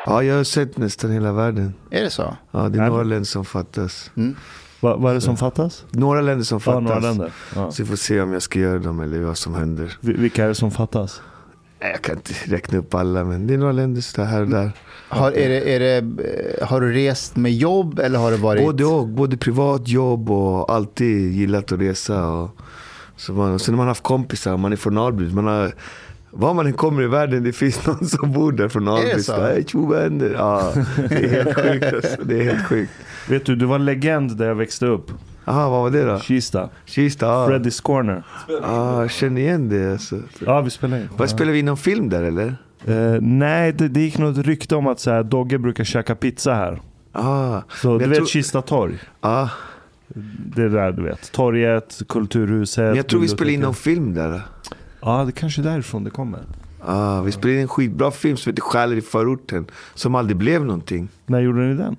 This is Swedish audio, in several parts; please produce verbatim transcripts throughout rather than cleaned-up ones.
Ja, jag har sett nästan hela världen. Är det så? Ja, det är några länder som fattas. Mm. Va, vad är det som fattas? Några länder som fattas. Ja, några länder. Ja. Så vi får se om jag ska göra dem eller vad som händer. Vilka är det som fattas? Jag kan inte räkna upp alla, men det är några länder så här och där. Har, är det, är det, har du rest med jobb eller har det varit... Både och, både privat jobb och alltid gillat att resa. Och, så man, och sen har man haft kompisar, man är från Alby. Man har, var man än kommer i världen, det finns någon som bor där från Alby. Är det så? Hej, tjo vänner. Ja, det är helt sjukt. Alltså. Det är helt sjukt. Vet du, du var legend där jag växte upp. Aha, vad var det då? Kista. Kista, ja. Freddy's Corner. Ja, jag känner igen det. Alltså. Ja, vi spelar in. Vad spelar vi in någon film där, eller? Uh, nej, det, det gick något rykte om att så här, Dogge brukar käka pizza här. Ah, Så du vet tror... Kista torg? Ah. Det är där du vet. Torget, Kulturhuset. Men jag tror vi spelar in någon film där. Ja, det kanske är därifrån det kommer. Ah, vi spelade in en skitbra film som heter Själer i förorten. Som aldrig blev någonting. När gjorde ni den?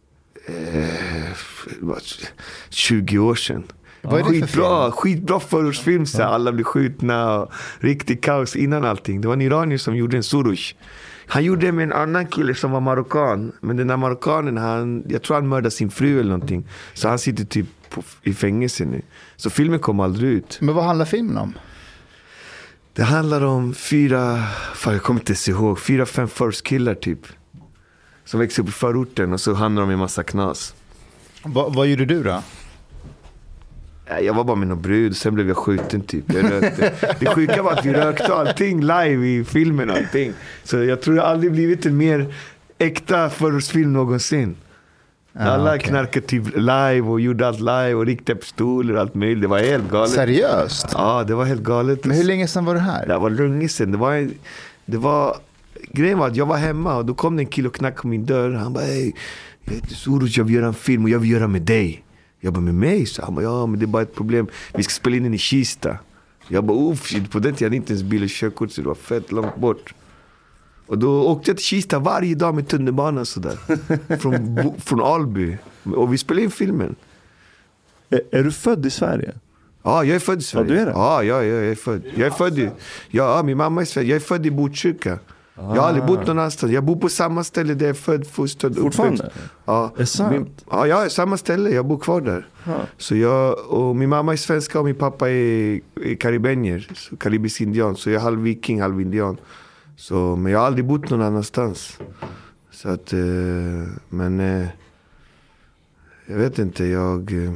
Eh, tjugo år sedan. Vad är det för Skitbra, film? skitbra förortsfilm. Så alla blev skjutna och riktigt kaos innan allting. Det var en iranier som gjorde en Soros. Han gjorde det med en annan kille som var marockan. Men den där marockanen, han, jag tror han mördade sin fru eller någonting. Så han sitter typ på, i fängelse nu. Så filmen kom aldrig ut. Men vad handlar filmen om? Det handlar om fyra, fan jag kommer inte ens ihåg, fyra, fem förortskillar typ. Som växer upp i förorten och så handlar de i massa knas. Va, vad gjorde du då? Jag var bara med någon brud, sen blev jag skjuten typ. Jag rökte. Det sjuka var att vi rökte allting live i filmen och allting. Så jag tror jag aldrig blivit en mer äkta förortsfilm någonsin. Ah, alla okay. knarkade typ live och gjorde allt live och riktade pistoler och allt möjligt. Det var helt galet. Seriöst? Ja, det var helt galet. Men hur länge sedan var det här? Det var länge sedan. Det var, det var, grejen var att jag var hemma och då kom det en kille och knackade på min dörr. Han bara, hej, jag heter Soros, jag vill göra en film och jag vill göra med dig. Jag bara, med mig? Så han bara, ja men det är bara ett problem. Vi ska spela in den i Kista. Jag bara, uff, på den tiden jag hade inte ens bil och körkort så det var fett långt bort. Och då åkte jag till Kista varje dag med tunnelbanan sådär. från, från Alby. Och vi spelade in filmen. Är, är du född i Sverige? Ja, jag är född i Sverige. Ja, du är det? Ja, ja, jag är född. Jag är född i, ja, min mamma är Sverige. Jag är född i Botkyrka. Ah. Jag har aldrig bott någon annanstans. Jag bor på samma ställe där jag är född, fostrad, fortfarande? Ja. Är sant? Min, ja, jag är samma ställe. Jag bor kvar där. Ah. Så jag, och min mamma är svenska och min pappa är, är karibenier. Så karibisk indian. Så jag är halv viking, halv indian. Så, men jag har aldrig bott någon annanstans. Så att, eh, men eh, jag vet inte, jag eh,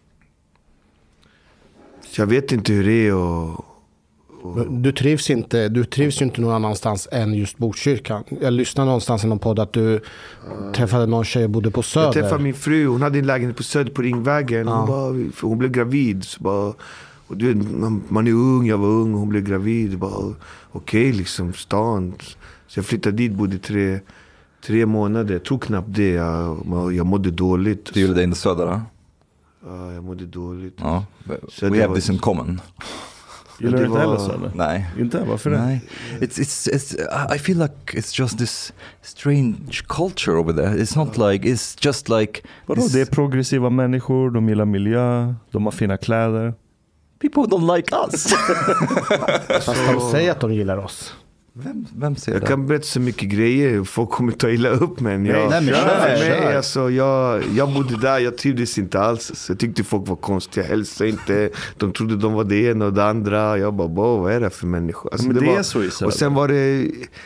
jag vet inte hur det är och, och... Du trivs inte, du trivs ju inte någon annanstans än just Botkyrkan. Jag lyssnade någonstans i någon podd att du uh, träffade någon tjej och bodde på Söder. Jag träffade min fru, hon hade en lägenhet på Söder på Ringvägen. Uh. Hon, bara, hon blev gravid. Så bara, och du, man, man är ung, jag var ung och hon blev gravid. Okej, okay, liksom stan. Så jag flyttade dit, bodde tre, tre månader. Jag tror knappt det. Jag, jag mådde dåligt. Du gjorde det in i Söder då? Ja, jag mådde dåligt. Ja, we så have var... this in common. Gillar du inte heller Söder? Nej. Inte? Varför det? Nej. It's, it's, it's, I feel like it's just this strange culture over there. It's not like, it's just like... Vadå? Det är progressiva människor, de gillar miljö, de har fina kläder. People don't like us. Fast de säger att de gillar oss. Vem, vem säger jag det? Jag kan berätta så mycket grejer. Folk kommer ta illa upp, men jag, nej, men kör, kör, mig, alltså, jag, jag bodde där, jag trivdes inte alls. Så jag tyckte folk var konstiga, hälsade inte. De trodde de var det ena och det andra. Jag bara, vad är det för människor? Alltså, men det, det var, är så i Söder. Och sen var det...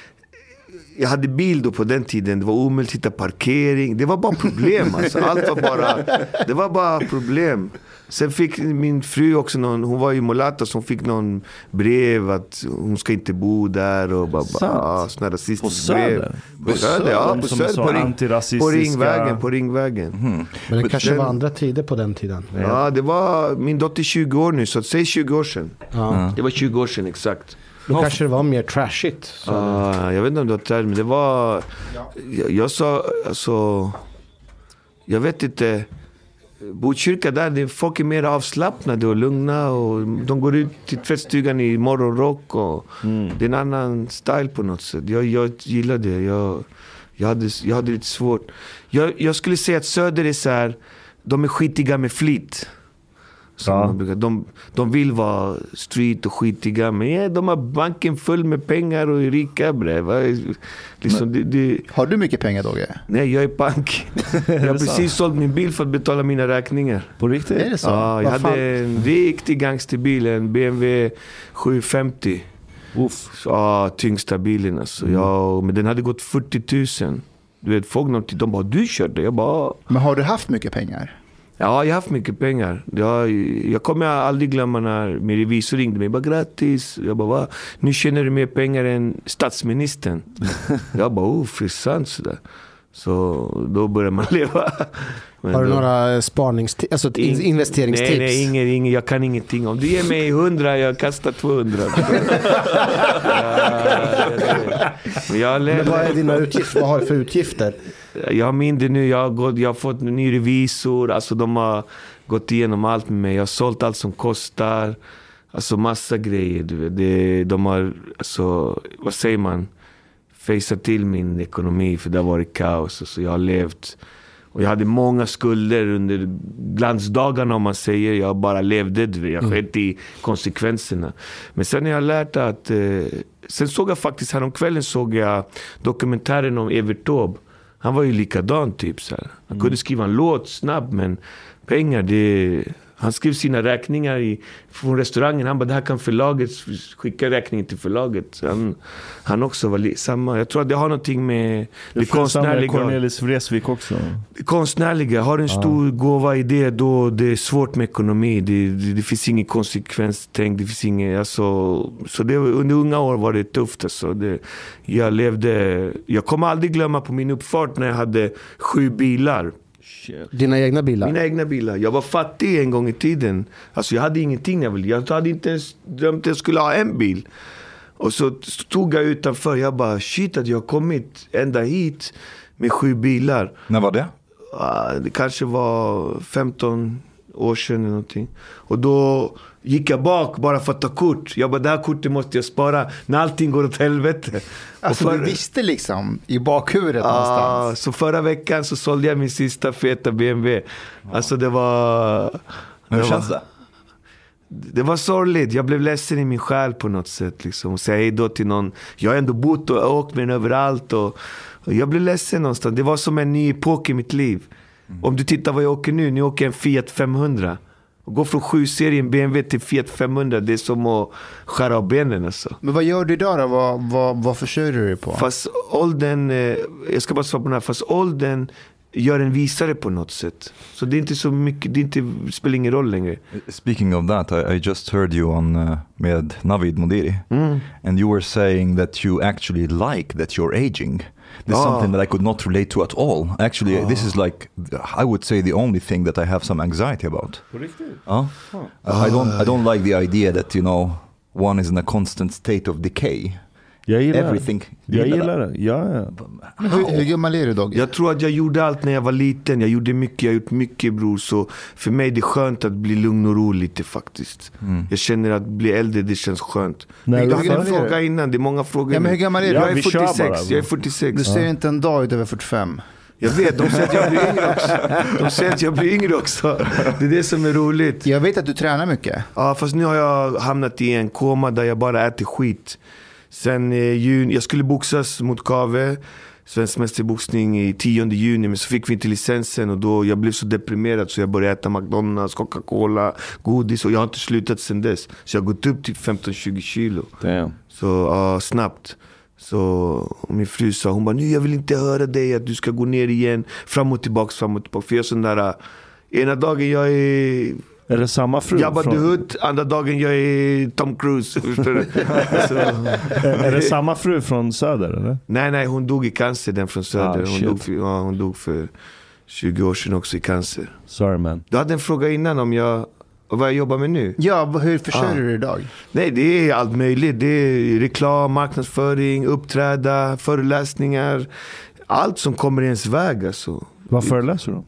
Jag hade bil då på den tiden. Det var omöjligt att hitta parkering. Det var bara problem. Alltså. Allt var bara... Det var bara problem. Sen fick min fru också någon... Hon var i Molata, så hon fick någon brev att hon ska inte bo där. Och bara, bara ah, såna rasistiska brev. På Söder? Ja, på Söder. På, ring, på Ringvägen. På Ringvägen. Mm. Men det kanske den, var andra tider på den tiden. Ja, det var... Min dotter tjugo år nu, så säg tjugo år sedan. Ja. Det var tjugo år sedan, exakt. Då kanske det var mer trashigt. Uh, jag vet inte om det var trashigt, men det var... Jag, jag sa, alltså... Jag vet inte... Botkyrka där, det, folk är mer avslappnade och lugna. Och de går ut till tvättstugan i morgonrock. Och mm. Det är en annan style på något sätt. Jag, jag gillar det. Jag, jag, hade, jag hade lite svårt. Jag, jag skulle säga att Söder är så här... De är skitiga med flit. Som Ja. man brukar. De, de vill vara street och skitiga, men ja, de har banken full med pengar och är rika bre. Va? Liksom, det, det, Har du mycket pengar, Dogge? nej, jag är bank. Jag har precis sålt min bil för att betala mina räkningar. På riktigt? Är det så? Ja, jag Vad fan? hade en riktig gangsterbil, en B M W sjuhundrafemtio. Uff. Ja, tyngsta bilen alltså. Ja, men den hade gått fyrtio tusen. Du vet, folk någonting, de bara, du körde. Jag bara, Men har du haft mycket pengar? ja, jag har haft mycket pengar. Jag, jag kommer aldrig glömma när min revisor ringde mig. Bara, grattis. Jag bara, va? Nu tjänar du mer pengar än statsministern. Jag bara, oh, för sant sådär. Så då börjar man leva. Men Har du då, några sparningstips, alltså ett in- investeringstips? Nej, nej, ingen, ingen, jag kan ingenting om. Du ger mig hundra, jag kastar tvåhundra. Ja, men jag, Men vad är dina utgifter? Vad har du för utgifter? jag har mindre nu, jag har, gått, jag har fått en ny revisor. Alltså de har gått igenom allt med mig. Jag har sålt allt som kostar. Alltså massa grejer. Du vet. Det, de har, alltså, vad säger man? Fejsat till min ekonomi, för det har varit kaos. Alltså, jag har levt. Och jag hade många skulder under glansdagarna, om man säger. Jag bara levde, du vet. Jag sket i konsekvenserna. Men sen har jag lärt att... Eh, sen såg jag faktiskt, häromkvällen såg jag dokumentären om Evert Taube. Han var ju likadan typ så här. Han kunde skriva en låt snabbt, men pengar, det... Han skrev sina räkningar i, från restaurangen. Han bara, det här kan förlaget skicka räkningen till förlaget. Han, han också var li, samma. Jag tror att det har någonting med det, det konstnärliga. Cornelis Vreeswijk också. Det konstnärliga. Har en stor gåva i det, då det är svårt med ekonomi. Det, det, det finns ingen konsekvenstänk. Det finns ingen, alltså, så det, under unga år var det tufft. Alltså. Det, jag levde... Jag kommer aldrig glömma på min uppfart när jag hade sju bilar. Dina egna bilar? Mina egna bilar. Jag var fattig en gång i tiden. Alltså jag hade ingenting jag ville. Jag hade inte ens drömt att jag skulle ha en bil. Och så stod jag utanför. Jag bara, shit att jag har kommit ända hit med sju bilar. När var det? Uh, det kanske var femton år sedan eller någonting. Och då gick jag bak bara för att ta kort. Jag bara, det här kortet måste jag spara när allting går åt helvete. Alltså och för... du visste liksom i bakhuvudet Ah, någonstans. så förra veckan så sålde jag min sista feta B M W. Alltså det var... Men hur det känns var, det? Det var sorgligt. Jag blev ledsen i min själ på något sätt. Liksom. Och säga hej då till någon. Jag har ändå bott och åkt med den överallt. Och, och jag blev ledsen någonstans. Det var som en ny epok i mitt liv. Mm. Om du tittar vad jag åker nu. Nu åker jag en Fiat femhundra. Och gå från sju-serien B M W till Fiat femhundra. Det är som att skära av benen alltså. Men vad gör du idag då? Vad, vad, vad försörjer du dig på? Fast åldern, eh, jag ska bara svara på den här. Fast åldern gör en visare på något sätt. Så det är inte så mycket, det, är inte, det spelar ingen roll längre. Speaking of that, I, I just heard you on uh, med Navid Modiri. Mm. And you were saying that you actually like that you're aging. This is Ah. something that I could not relate to at all. Actually, Ah. this is like, I would say the only thing that I have some anxiety about. På riktigt? Uh, I don't I don't like the idea that, you know, one is in a constant state of decay. Jag gillar Everything. det. Jag gillar det. Ja, ja. Men hur, hur gammal är du Dogge? Jag tror att jag gjorde allt när jag var liten. Jag gjorde mycket, jag har gjort mycket bror. Så för mig är det skönt att bli lugn och ro lite faktiskt. Mm. Jag känner att bli äldre, det känns skönt. Nej, Men du hur hade en gammal är fråga du? innan, det är många frågor. Ja, men nu. hur gammal är du? Jag Ja, är vi kör bara. fyrtiosex, jag är fyrtiosex. Du ser inte en dag ut över fyrtiofem. Jag vet, de säger att jag blir yngre också. De säger att jag blir yngre också. Det är det som är roligt. Jag vet att du tränar mycket. Ja, fast nu har jag hamnat i en koma där jag bara äter skit. Sen eh, juni, jag skulle boxas mot Kave, svensk mästerboxning i tionde juni, men så fick vi inte licensen och då jag blev så deprimerad så jag började äta McDonalds, Coca-Cola, godis och jag har inte slutat sen dess. Så jag har gått upp till femton till tjugo kilo. Damn. Så ja, snabbt. Så min fru sa, hon bara, nu jag vill inte höra dig att du ska gå ner igen, fram och tillbaka, fram och tillbaka. För jag är sån där, ena dagen jag är Är det samma fru? Jabba the från, Hutt, andra dagen jag är Tom Cruise. Förstår du? Så, är det samma fru från söder eller? nej, nej, hon dog i cancer, den från söder. Ah, hon, shit. dog för, ja, hon dog för tjugo år sedan också i cancer. Sorry man. Du hade en fråga innan om jag, vad jag jobbar med nu. Ja, hur försörjer Ah. du dig idag? Nej, det är allt möjligt. Det är reklam, marknadsföring, uppträda, föreläsningar. Allt som kommer i ens väg alltså. Vad föreläser du?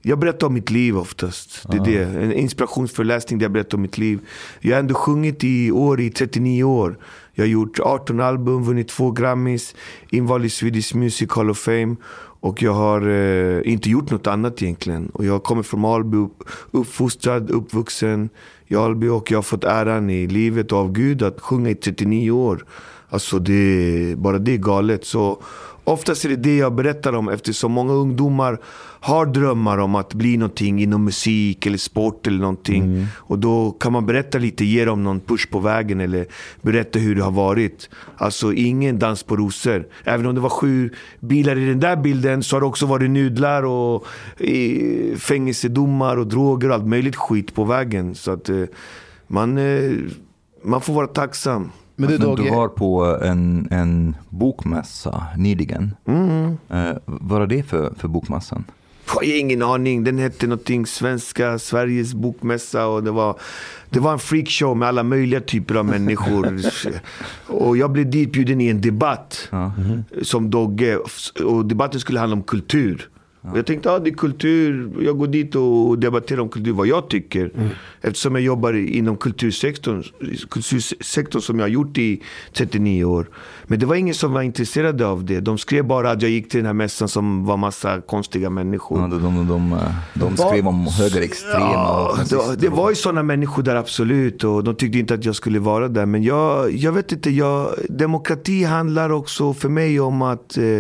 Jag berättar om mitt liv oftast. Det är det. En inspirationsföreläsning där jag berättar om mitt liv. Jag har ändå sjungit i år i trettionio år. Jag har gjort arton album, vunnit två Grammys, invald i Swedish Music Hall of Fame. Och jag har eh, inte gjort något annat egentligen. Och jag kommer från Alby, uppfostrad, uppvuxen i Alby. Och jag har fått äran i livet av Gud att sjunga i trettionio år. Alltså det, bara det är galet. Så oftast är det det jag berättar om, eftersom många ungdomar har drömmar om att bli någonting inom musik eller sport eller någonting. Mm. Och då kan man berätta lite, ge dem någon push på vägen eller berätta hur det har varit. Alltså ingen dans på rosor. Även om det var sju bilar i den där bilden så har det också varit nudlar och eh, fängelsedomar och droger och allt möjligt skit på vägen. Så att eh, man, eh, man får vara tacksam. Men du, du var på en, en bokmässa nyligen. Mm. Eh, vad är det för, för bokmässan? Jag har ingen aning. Den hette någonting Svenska Sveriges bokmässa. Och det var, det var en freakshow med alla möjliga typer av människor. Och jag blev ditbjuden i en debatt mm. som Dogge. Och debatten skulle handla om kultur. Och jag tänkte, ja, det är kultur. Jag går dit och debatterar om kultur, vad jag tycker. Mm. Eftersom jag jobbar inom kultursektorn, kultursektorn som jag har gjort i trettionio år. Men det var ingen som var intresserad av det. De skrev bara att jag gick till den här mässan som var massa konstiga människor. Ja, de, de, de, de skrev om högerextrema. Ja, det, det var ju sådana människor där, absolut. Och de tyckte inte att jag skulle vara där. Men jag, jag vet inte, jag, demokrati handlar också för mig om att eh,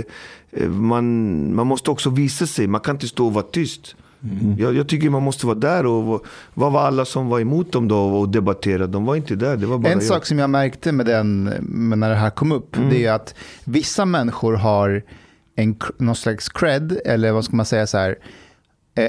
Man, man måste också visa sig. Man kan inte stå och vara tyst. Mm. Jag, jag tycker man måste vara där. Och vad var alla som var emot dem då och debatterade? De var inte där. Det var bara en jag. sak som jag märkte med den, med när det här kom upp, mm. det är att vissa människor har en, någon slags cred, eller vad ska man säga så här. Eh,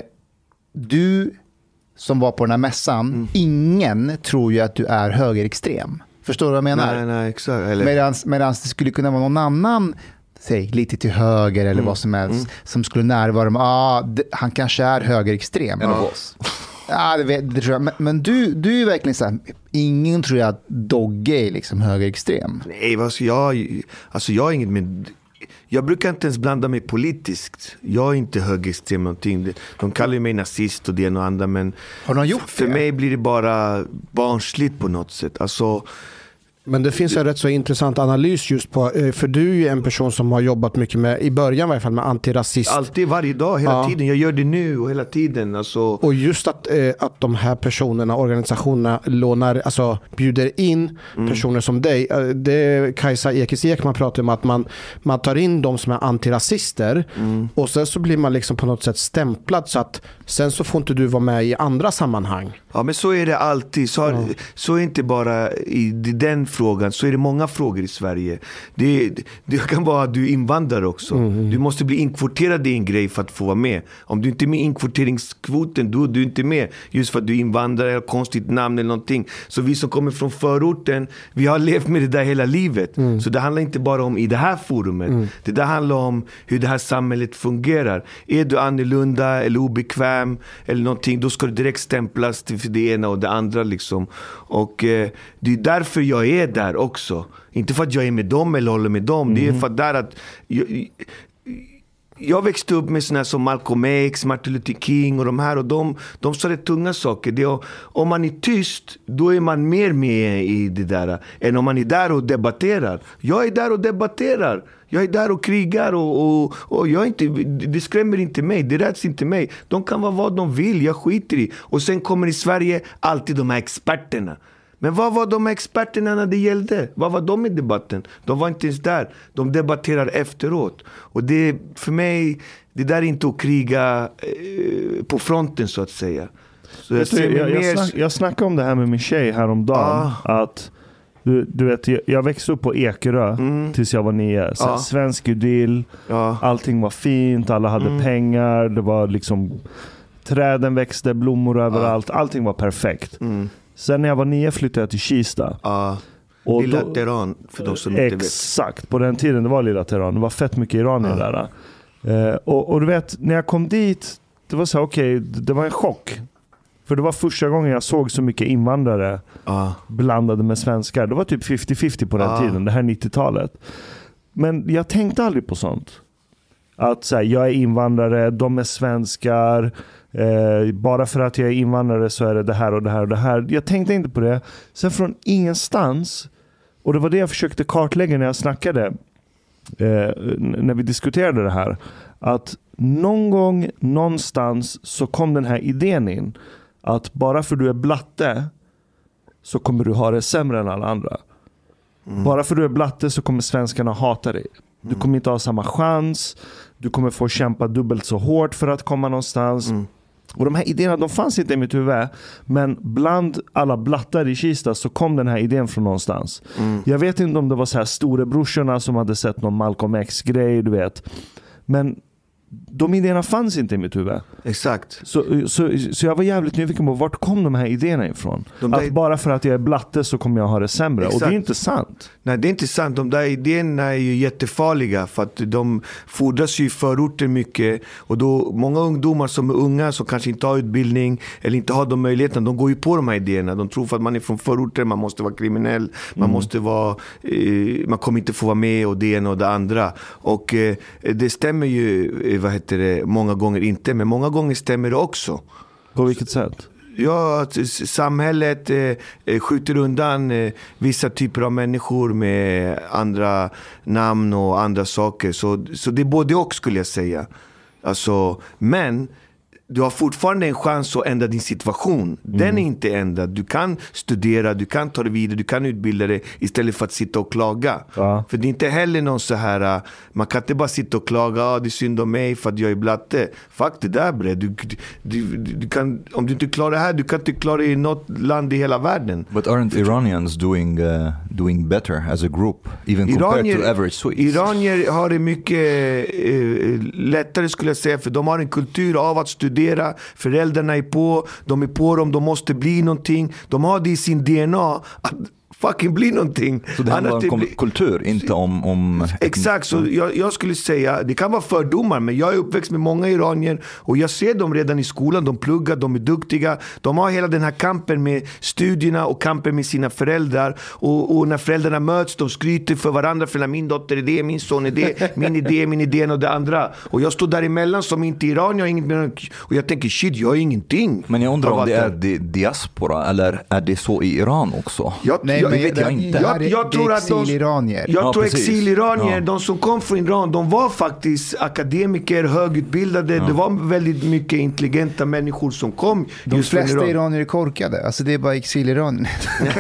du som var på den här mässan, mm. ingen tror ju att du är högerextrem. Förstår du vad jag menar? Nej, nej, exakt. Eller... Medans, medans det skulle kunna vara någon annan, säg, lite till höger eller mm. vad som helst, mm. som skulle närvara med, ah, d- han kanske är högerextrem. En av oss. Ja, det, vet, det tror jag. Men, men du, du är verkligen så här, ingen tror jag att Dogge är liksom högerextrem. Nej, alltså jag, alltså jag är inget med... Jag brukar inte ens blanda mig politiskt. Jag är inte högerextrem någonting. De kallar ju mig nazist och det och andra, men har de gjort för det? mig blir det bara barnsligt på något sätt. Alltså... Men det finns en rätt så intressant analys just på, för du är ju en person som har jobbat mycket med, i början i alla fall, med antirasist. Alltid, varje dag, hela ja. tiden. Jag gör det nu och hela tiden. Alltså... Och just att, eh, att de här personerna, organisationerna lånar, alltså bjuder in mm. personer som dig. Det Kajsa Ekis Ekman pratar om, att man, man tar in de som är antirasister mm. och sen så blir man liksom på något sätt stämplad, så att sen så får inte du vara med i andra sammanhang. Ja, men så är det alltid. Så, har, ja. så är inte bara i den frågan, så är det många frågor i Sverige. Det, det kan vara att du är invandrare också. Mm. Du måste bli inkvoterad i en grej för att få vara med. Om du inte är med i inkvoteringskvoten, då är du inte med. Just för att du är invandrare eller konstigt namn eller någonting. Så vi som kommer från förorten, vi har levt med det där hela livet. Mm. Så det handlar inte bara om i det här forumet. Mm. Det där handlar om hur det här samhället fungerar. Är du annorlunda eller obekväm eller någonting, då ska du direkt stämplas till det ena och det andra liksom. Och eh, det är därför jag är där också. Inte för att jag är med dem eller håller med dem. Mm. Det är för att, där att jag, jag växte upp med såna som Malcolm X, Martin Luther King och de här, och de, de sa det tunga saker. Det är, om man är tyst, då är man mer med i det där än om man är där och debatterar. Jag är där och debatterar. Jag är där och krigar och, och, och jag är inte, det skrämmer inte mig, det räds inte mig. De kan vara vad de vill, jag skiter i. Och sen kommer i Sverige alltid de här experterna. Men vad var de experterna när det gällde? Vad var de i debatten? De var inte ens där. De debatterar efteråt. Och det för mig, det där är inte att kriga eh, på fronten så att säga. Så jag, du, jag, jag, mer... snack, jag snackade om det här med min tjej häromdagen. Ah. Att du, du vet, jag, jag växte upp på Ekerö mm. tills jag var nio. Så ah. Svensk idyll. Ah. Allting var fint. Alla hade mm. pengar. Det var liksom, träden växte, blommor överallt. Ah. Allting var perfekt. Mm. Sen när jag var nio flyttade jag till Kista. Ja, uh, Lilla då, Teheran för de som inte vet. Exakt, på den tiden det var Lilla Teheran. Det var fett mycket iranier uh. där. Uh, och, och du vet, när jag kom dit, det var så okej, okay, det var en chock. För det var första gången jag såg så mycket invandrare uh. blandade med svenskar. Det var typ femtio femtio på den uh. tiden, det här nittiotalet. Men jag tänkte aldrig på sånt. Att så här, jag är invandrare, de är svenskar. Eh, bara för att jag är invandrare så är det det här och det här och det här. Jag tänkte inte på det. Sen från ingenstans, och det var det jag försökte kartlägga när jag snackade, eh, när vi diskuterade det här, att någon gång någonstans så kom den här idén in att bara för du är blatte så kommer du ha det sämre än alla andra. Mm. Bara för du är blatte så kommer svenskarna hata dig. Du kommer inte ha samma chans. Du kommer få kämpa dubbelt så hårt för att komma någonstans. Mm. Och de här idéerna, de fanns inte i mitt huvud. Men bland alla blattar i Kista så kom den här idén från någonstans. Mm. Jag vet inte om det var så här storebrorsorna som hade sett någon Malcolm X-grej, du vet. Men de idéerna fanns inte i mitt huvud. Exakt. Så, så, så jag var jävligt nyfiken på vart kom de här idéerna ifrån. De att där... bara för att jag är blatte så kommer jag ha det sämre. Exakt. Och det är inte sant. Nej, det är inte sant. De där idéerna är ju jättefarliga för att de fordras ju i förorter mycket. Och då många ungdomar som är unga som kanske inte har utbildning eller inte har de möjligheterna, de går ju på de här idéerna. De tror för att man är från förorter, man måste vara kriminell, man mm. måste vara eh, man kommer inte få vara med och det ena och det andra. Och eh, det stämmer ju eh, vad heter det, många gånger inte, men många gånger stämmer det också. På vilket sätt? Ja, att samhället eh, skjuter undan eh, vissa typer av människor med andra namn och andra saker. Så, så det är både och, skulle jag säga. Alltså, men du har fortfarande en chans att ändra din situation. Den mm. är inte ändrad. Du kan studera, du kan ta det vidare, du kan utbilda dig istället för att sitta och klaga. Ja. För det är inte heller någon så här, man kan inte bara sitta och klaga, ah, det är synd om mig för att jag är blatte. Fuck det där, bre. Du, du, du, du kan, om du inte klarar det här, du kan inte klara det i något land i hela världen. But aren't Iranians doing, uh, doing better as a group, even compared Iranier, to average Swedes? Iranier har det mycket eh, lättare, skulle jag säga, för de har en kultur av att studera. Föräldrarna är på, de är på dem, de måste bli någonting. De har det i sin D N A att fucking bli någonting. Så det handlar om bli... kultur, inte om... om Exakt, så jag, jag skulle säga, det kan vara fördomar, men jag är uppväxt med många iranier och jag ser dem redan i skolan, de pluggar, de är duktiga. De har hela den här kampen med studierna och kampen med sina föräldrar. Och, och när föräldrarna möts, de skryter för varandra, för min dotter är det, min son är det, min idé, min idé och det andra. Och jag står däremellan som inte iranier, jag inget mer, och jag tänker, shit, jag har ingenting. Men jag undrar om det är di- diaspora, eller är det så i Iran också? Jag, Nej, jag, men vet det, jag inte. Jag, jag, jag tror att de, exiliranier. Jag ja, tror precis. exiliranier, ja. de som kom från Iran, de var faktiskt akademiker, högutbildade. Ja. Det var väldigt mycket intelligenta människor som kom. De flesta Iran. iranier är korkade. Alltså det är bara exiliranier.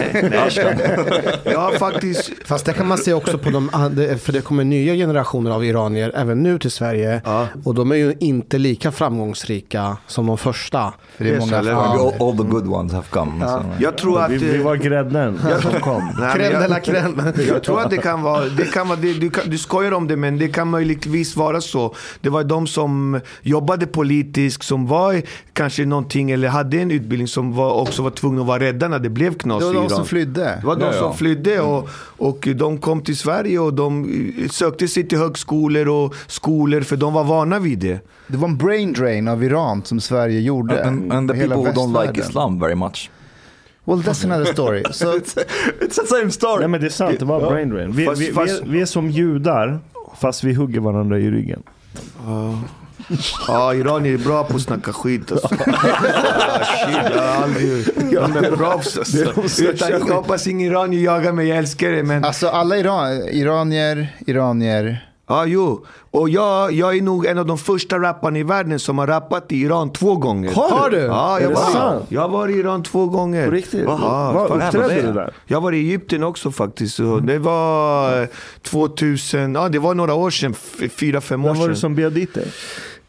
Ja, faktiskt. Fast det kan man se också på de, för det kommer nya generationer av iranier även nu till Sverige. Ja. Och de är ju inte lika framgångsrika som de första. För det är många all, all, all the good ones have come. Ja. Jag tror att vi, vi var grädden som kom. Jag, jag tror att det kan vara, det kan vara det, du, kan, du skojar om det, men det kan möjligtvis vara så. Det var de som jobbade politiskt, som var kanske någonting eller hade en utbildning, som var, också var tvungna att vara rädda när det blev knas i Iran. Det var de som flydde. Det var de ja, som ja. flydde och, och de kom till Sverige och de sökte sig till högskolor och skolor för de var vana vid det. Det var en brain drain av Iran som Sverige gjorde. And, and the people who don't like Islam very much. Well, that's another story. So it's, it's the same story. Nej, men det är sant, det var ja. brain drain. Vi, fast, vi, fast... Vi, är, vi är som judar, fast vi hugger varandra i ryggen. Ja, ja, Iran är bra på att snacka skit. Alltså. Ah, shit, jag har aldrig... De är bra alltså. Utan, jag hoppas ingen iranier jagar mig, jag älskar det. Men... Alltså alla Iran, iranier, iranier... Ja, jo. Och jag, jag är nog en av de första rapparna i världen som har rappat i Iran två gånger. Har du? Ja, jag, var, jag var i Iran två gånger. På riktigt? Ja, vad uppträdde du där? Jag var i Egypten också faktiskt. Så det var tvåtusen, ja det var några år sedan, fyra, fem år sedan. Vad var det som bjöd dit dig?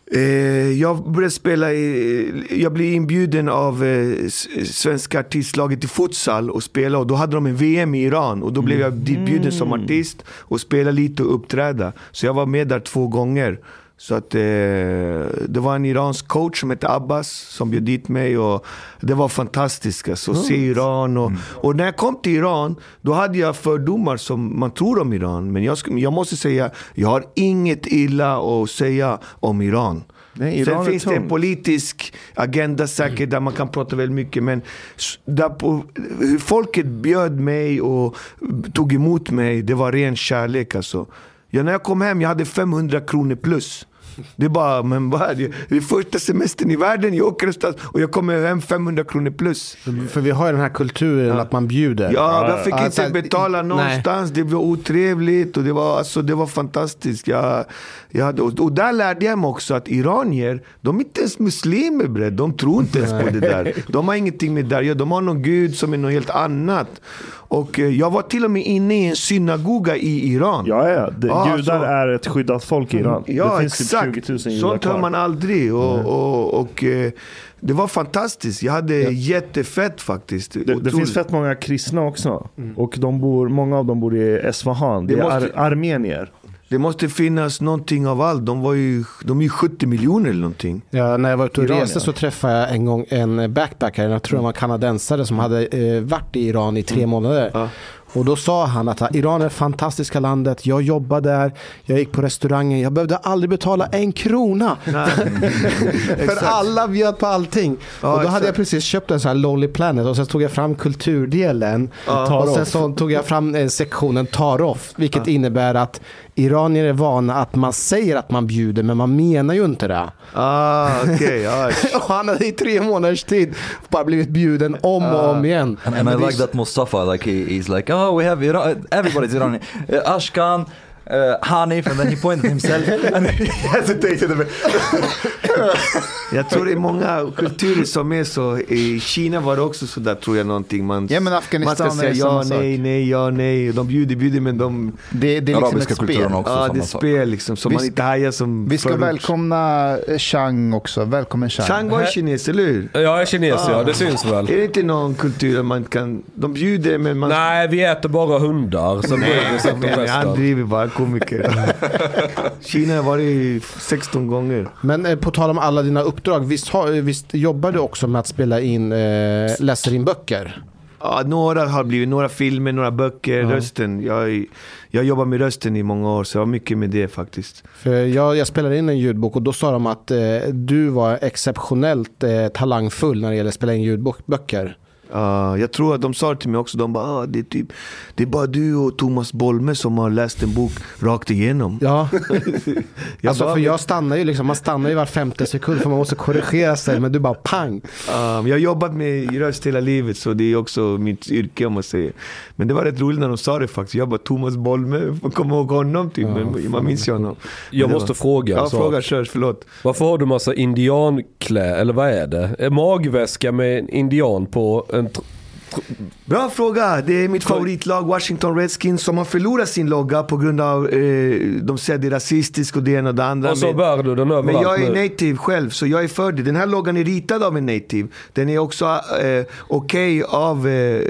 Jag började spela i, jag blev inbjuden av svenska artistlaget i futsal och spela, och då hade de en V M i Iran och då blev jag ditbjuden som artist och spela lite och uppträda. Så jag var med där två gånger. Så att eh, det var en iransk coach som hette Abbas som bjöd dit mig och det var fantastiskt alltså, att se Iran och, mm. och när jag kom till Iran då hade jag fördomar som man tror om Iran, men jag, jag måste säga jag har inget illa att säga om Iran. Nej, Sen finns det en politisk agenda säkert mm. där man kan prata väldigt mycket, men där på, hur folket bjöd mig och tog emot mig, det var ren kärlek alltså. Ja, när jag kom hem, jag hade femhundra kronor plus. Det är bara, men bara, det är första semestern i världen, jag åker någonstans och jag kommer hem femhundra kronor plus. För vi har ju den här kulturen ja. att man bjuder. Ja, jag fick ja, inte alltså, betala någonstans. Nej. Det var otrevligt och det var, alltså, det var fantastiskt. Jag, jag hade, och, och där lärde jag mig också att iranier, de är inte ens muslimer, bre. De tror inte ens på det där. De har ingenting med det där. De har någon gud som är något helt annat. Och jag var till och med inne i en synagoga i Iran. Ja, ja. Det, ja judar så, är ett skyddat folk i Iran. Ja, det finns exakt. Typ tjugo tusen judar sånt hör man aldrig. Och, mm. och, och, och det var fantastiskt. Jag hade ja. jättefett faktiskt. Det, det finns fett många kristna också. Mm. Och de bor, många av dem bor i Esfahan. Det, det är måste, ar- armenier. Det måste finnas någonting av allt. De var ju, de är ju sjuttio miljoner eller någonting. Ja, när jag var ute och Iran, reste ja. så träffade jag en gång en backpacker. Jag tror han var kanadensare som hade eh, varit i Iran i tre mm. månader. Ja. Och då sa han att Iran är det fantastiska landet. Jag jobbade där, jag gick på restaurangen. Jag behövde aldrig betala en krona. För alla bjöd på allting. Ja, och då exakt. hade jag precis köpt en sån här Lonely Planet. Och sen tog jag fram kulturdelen. Ja. Och sen så tog jag fram eh, sektionen Tarof. Vilket ja. innebär att iranier är vana att man säger att man bjuder, men man menar ju inte det. Ah, okay, ah. Och han hade i tre månaders tid bara blivit bjuden om ah. och om igen. And, and I like that Mustafa, like he, he's like, oh, we have Iran, everybody's Iranian. Uh, Ashkan, uh, Hanif, and then he pointed himself and he hesitated a bit. Jag tror det är många kulturer som är så. I Kina var det också så där, tror jag, någonting. Man, ja, men Afghanistan man ska säga ja, nej, sak. nej, ja, nej. De bjuder, bjuder, men de... Det, det är liksom arabiska ett spel. Kulturen också. Ja, det är spel liksom. Som vi man inte hajar som... Vi ska förut. välkomna Chang också. Välkommen Chang. Chang var kines, eller hur? Ja, jag är kines, ah. ja. Det syns väl. Är det inte någon kultur man kan... De bjuder, men man... Nej, vi äter bara hundar. Så nej, han driver bara komiker. Kina var det sexton gånger. Men eh, på tal om alla dina uppdrag, visst, har, visst jobbar du också med att spela in, eh, läser in böcker? Ja, några har blivit, några filmer, några böcker, uh-huh. rösten. Jag, jag jobbar med rösten i många år, så jag har mycket med det faktiskt. För jag, jag spelade in en ljudbok och då sa de att eh, du var exceptionellt eh, talangfull när det gäller att spela in ljudböcker. Uh, jag tror att de sa till mig också, de bara, ah, det, är typ, det är bara du och Thomas Bolme som har läst en bok rakt igenom. Ja, jag alltså bara, för jag stannar ju liksom, man stannar ju var femte sekund för man måste korrigera sig, men du bara pang. Uh, jag har jobbat med röst hela livet, så det är också mitt yrke om man säger. Men det var rätt roligt när de sa det faktiskt. Jag bara, Thomas Bolme, man kommer ihåg honom typ, ja, men man minns ju honom. Jag måste var, fråga. Ja, fråga, körs, förlåt. Varför har du massa indianklä, eller vad är det? En magväska med en indian på en... Tr- Bra fråga. Det är mitt favoritlag Washington Redskins som har förlorat sin logga på grund av eh, de säger det är rasistiskt och det ena och det andra. Och så bär du den överallt. Men jag är nu. native själv, så jag är för det. Den här loggan är ritad av en native. Den är också eh, okej okay av eh,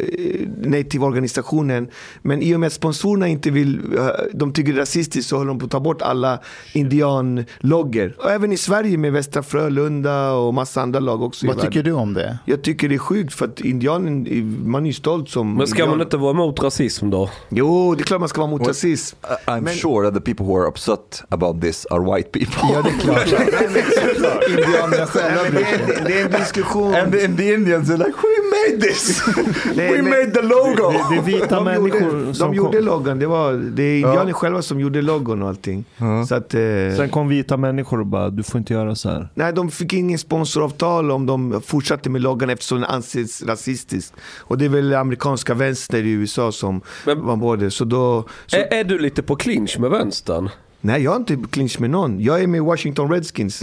native-organisationen. Men i och med att sponsorerna inte vill, eh, de tycker det är rasistiskt, så håller de på att ta bort alla indianloggor. Och även i Sverige med Västra Frölunda och massa andra lag också. Vad tycker du om det? Jag tycker det är sjukt, för att indianen, man är ju stolt som... Men ska man inte vara emot rasism då? Jo, det är klart man ska vara emot well, rasism. I'm men, sure that the people who are upset about this are white people. Ja, det är klart. Indianerna själva. Det, det, det är en diskussion. And the, and the Indians are like, we made this. Nej, we men, made the logo. Det, det är vita de människor gjorde, som De gjorde kom. logon. Det, var, det är indianer ja. själva som gjorde logon och allting. Mm. Så att, eh, Sen kom vita människor och bara, du får inte göra så här. Nej, de fick ingen sponsoravtal om de fortsatte med logon eftersom den anses rasistisk. Och det är väl amerikanska vänster i U S A som men, var både. Så då, så, är, är du lite på clinch med vänstern? Nej, jag är inte på clinch med någon. Jag är med Washington Redskins.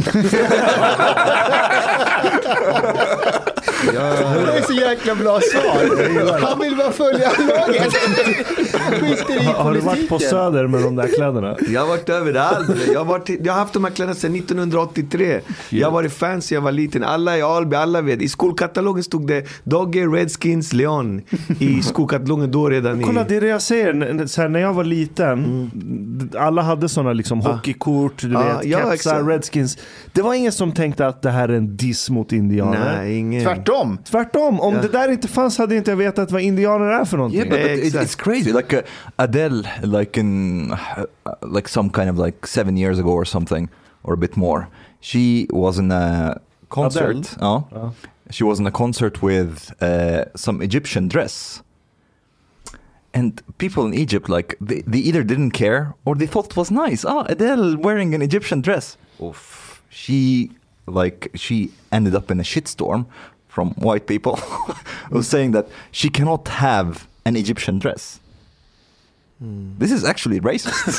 Ja, det är så jäkla bra svar. Han vill bara följa laget. Har, har du varit på Söder med de där kläderna? Jag har varit överallt. Jag har, varit, jag har haft de här kläderna sedan nittonhundraåttiotre. Jag har varit fan sedan jag var liten. Alla i Alby, alla vet. I skolkatalogen stod det Dogge, Redskins, Leon. I skolkatalogen då redan. Kolla, i... det är det jag säger. Så här, när jag var liten, mm. alla hade sådana liksom ah. hockeykort, du ah, vet, ja, kepsar, Redskins. Det var ingen som tänkte att det här är en diss mot indianer. Nej, ingen. Tvärtom. Tvärtom. Om ja. det där inte fanns hade inte jag vetat vad indianer är för någonting. Yeah, but, but it, it's crazy. Like uh, Adele, like in uh, like some kind of like seven years ago or something, or a bit more. She was in a concert. Oh, oh. She was in a concert with uh, some Egyptian dress. And people in Egypt, like, they, they either didn't care or they thought it was nice. Ah, Adele wearing an Egyptian dress. of she like she ended up in a shitstorm from white people who was saying that she cannot have an Egyptian dress. Mm. This is actually racist.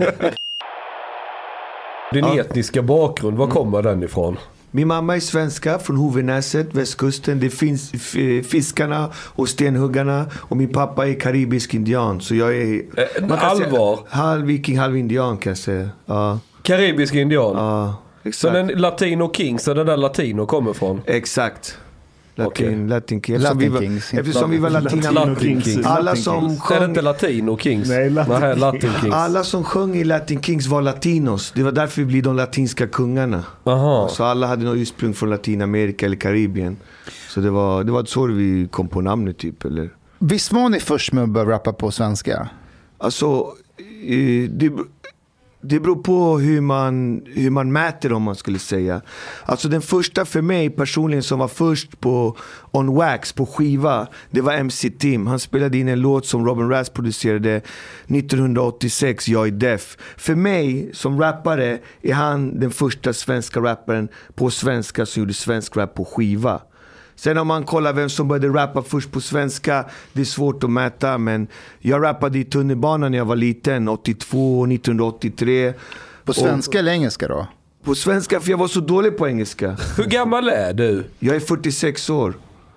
Din ja. etniska bakgrund, var kommer den ifrån? Min mamma är svenska från Hovnäset, västkusten. Det finns fiskarna och stenhuggarna. Och min pappa är karibisk indian. Så jag är eh, allvar. halv viking, halv indian kan jag säga. Ja. Karibisk indian? Ja, exakt. Så den Latino King, så den där Latino kommer från? Exakt. Latin, okay. Latin Kings. Latin vi var, Kings. Eftersom vi var Latin, Latin Kings. Alla som sjöng... Är det inte Latino Kings? Nej, Latin, Nej, Latin Kings. Alla som sjöng i Latin Kings var latinos. Det var därför vi blev de latinska kungarna. Aha. Så alla hade något ursprung från Latinamerika eller Karibien. Så det var, det var så vi kom på namnet typ. Eller? Visst var ni först med att börja rappa på svenska? Alltså... Det, Det beror på hur man, hur man mäter, om man skulle säga. Alltså den första för mig personligen som var först på On Wax, på skiva, det var M C Tim. Han spelade in en låt som Robin Rass producerade nittonhundraåttiosex, Jag är Def. För mig som rappare är han den första svenska rapparen på svenska som gjorde svensk rap på skiva. Sen om man kollar vem som började rappa först på svenska, det är svårt att mäta, men jag rappade i tunnelbanan när jag var liten, åttiotvå, nittonhundraåttiotre. På svenska och, eller engelska då? På svenska, för jag var så dålig på engelska. Hur gammal är du? Jag är fyrtiosex år.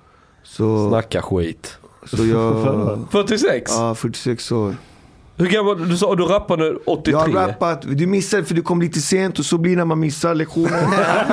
Så, snacka skit. Så jag... fyrtiosex? Ja, fyrtiosex år. Hur gammal, du sa du rappade åttiotre? Jag har rappat, du missade för du kom lite sent och så blir när man missar lektionen.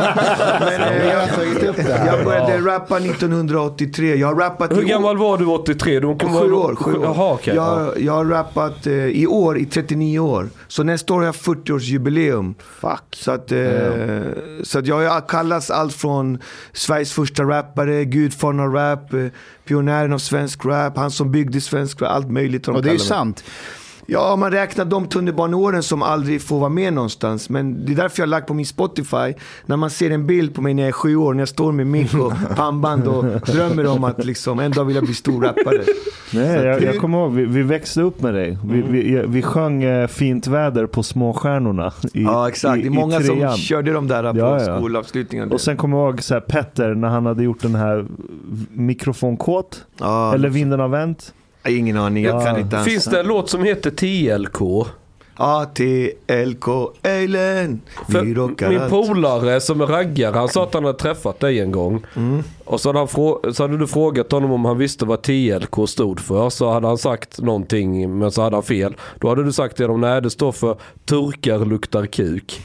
Men eh, jag, jag började rappa nittonhundraåttiotre. Jag har rappat. Hur gammal var du åttiotre? Du kom sju år. Sju år. Aha, okay. jag, jag har rappat eh, i år i trettionio år. Så nästa år har jag fyrtioårsjubileum. Fuck. Så att, eh, yeah. så att jag har kallats allt från Sveriges första rappare, gudfadern av rap, eh, pionjären av svensk rap, han som byggde svensk rap, allt möjligt. Och det är ju sant. Ja, man räknar de tunnelbaneåren som aldrig får vara med någonstans. Men det är därför jag har lagt på min Spotify. När man ser en bild på mig när jag är sju år, när jag står med mick och pannband och drömmer om att liksom, en dag vill jag bli stor rappare. Nej, jag, jag kommer ihåg, vi, vi växte upp med dig. Vi, vi, vi sjöng eh, Fint väder på Småstjärnorna. I, ja, exakt. I, det är många som körde de där på ja, ja. skolavslutningen. Och sen kommer jag ihåg så här, Petter när han hade gjort den här mikrofonkåt. Ja, eller Vinden har vänt. Ingen aning, jag kan inte ens. Finns det en låt som heter T L K? Ja, T L K, Eilen. Min polare som är raggare, han sa att han hade träffat dig en gång. Mm. Och så hade, han frå- så hade du frågat honom om han visste vad T L K stod för. Så hade han sagt någonting, men så hade han fel. Då hade du sagt till honom, nej det står för turkar luktar kuk.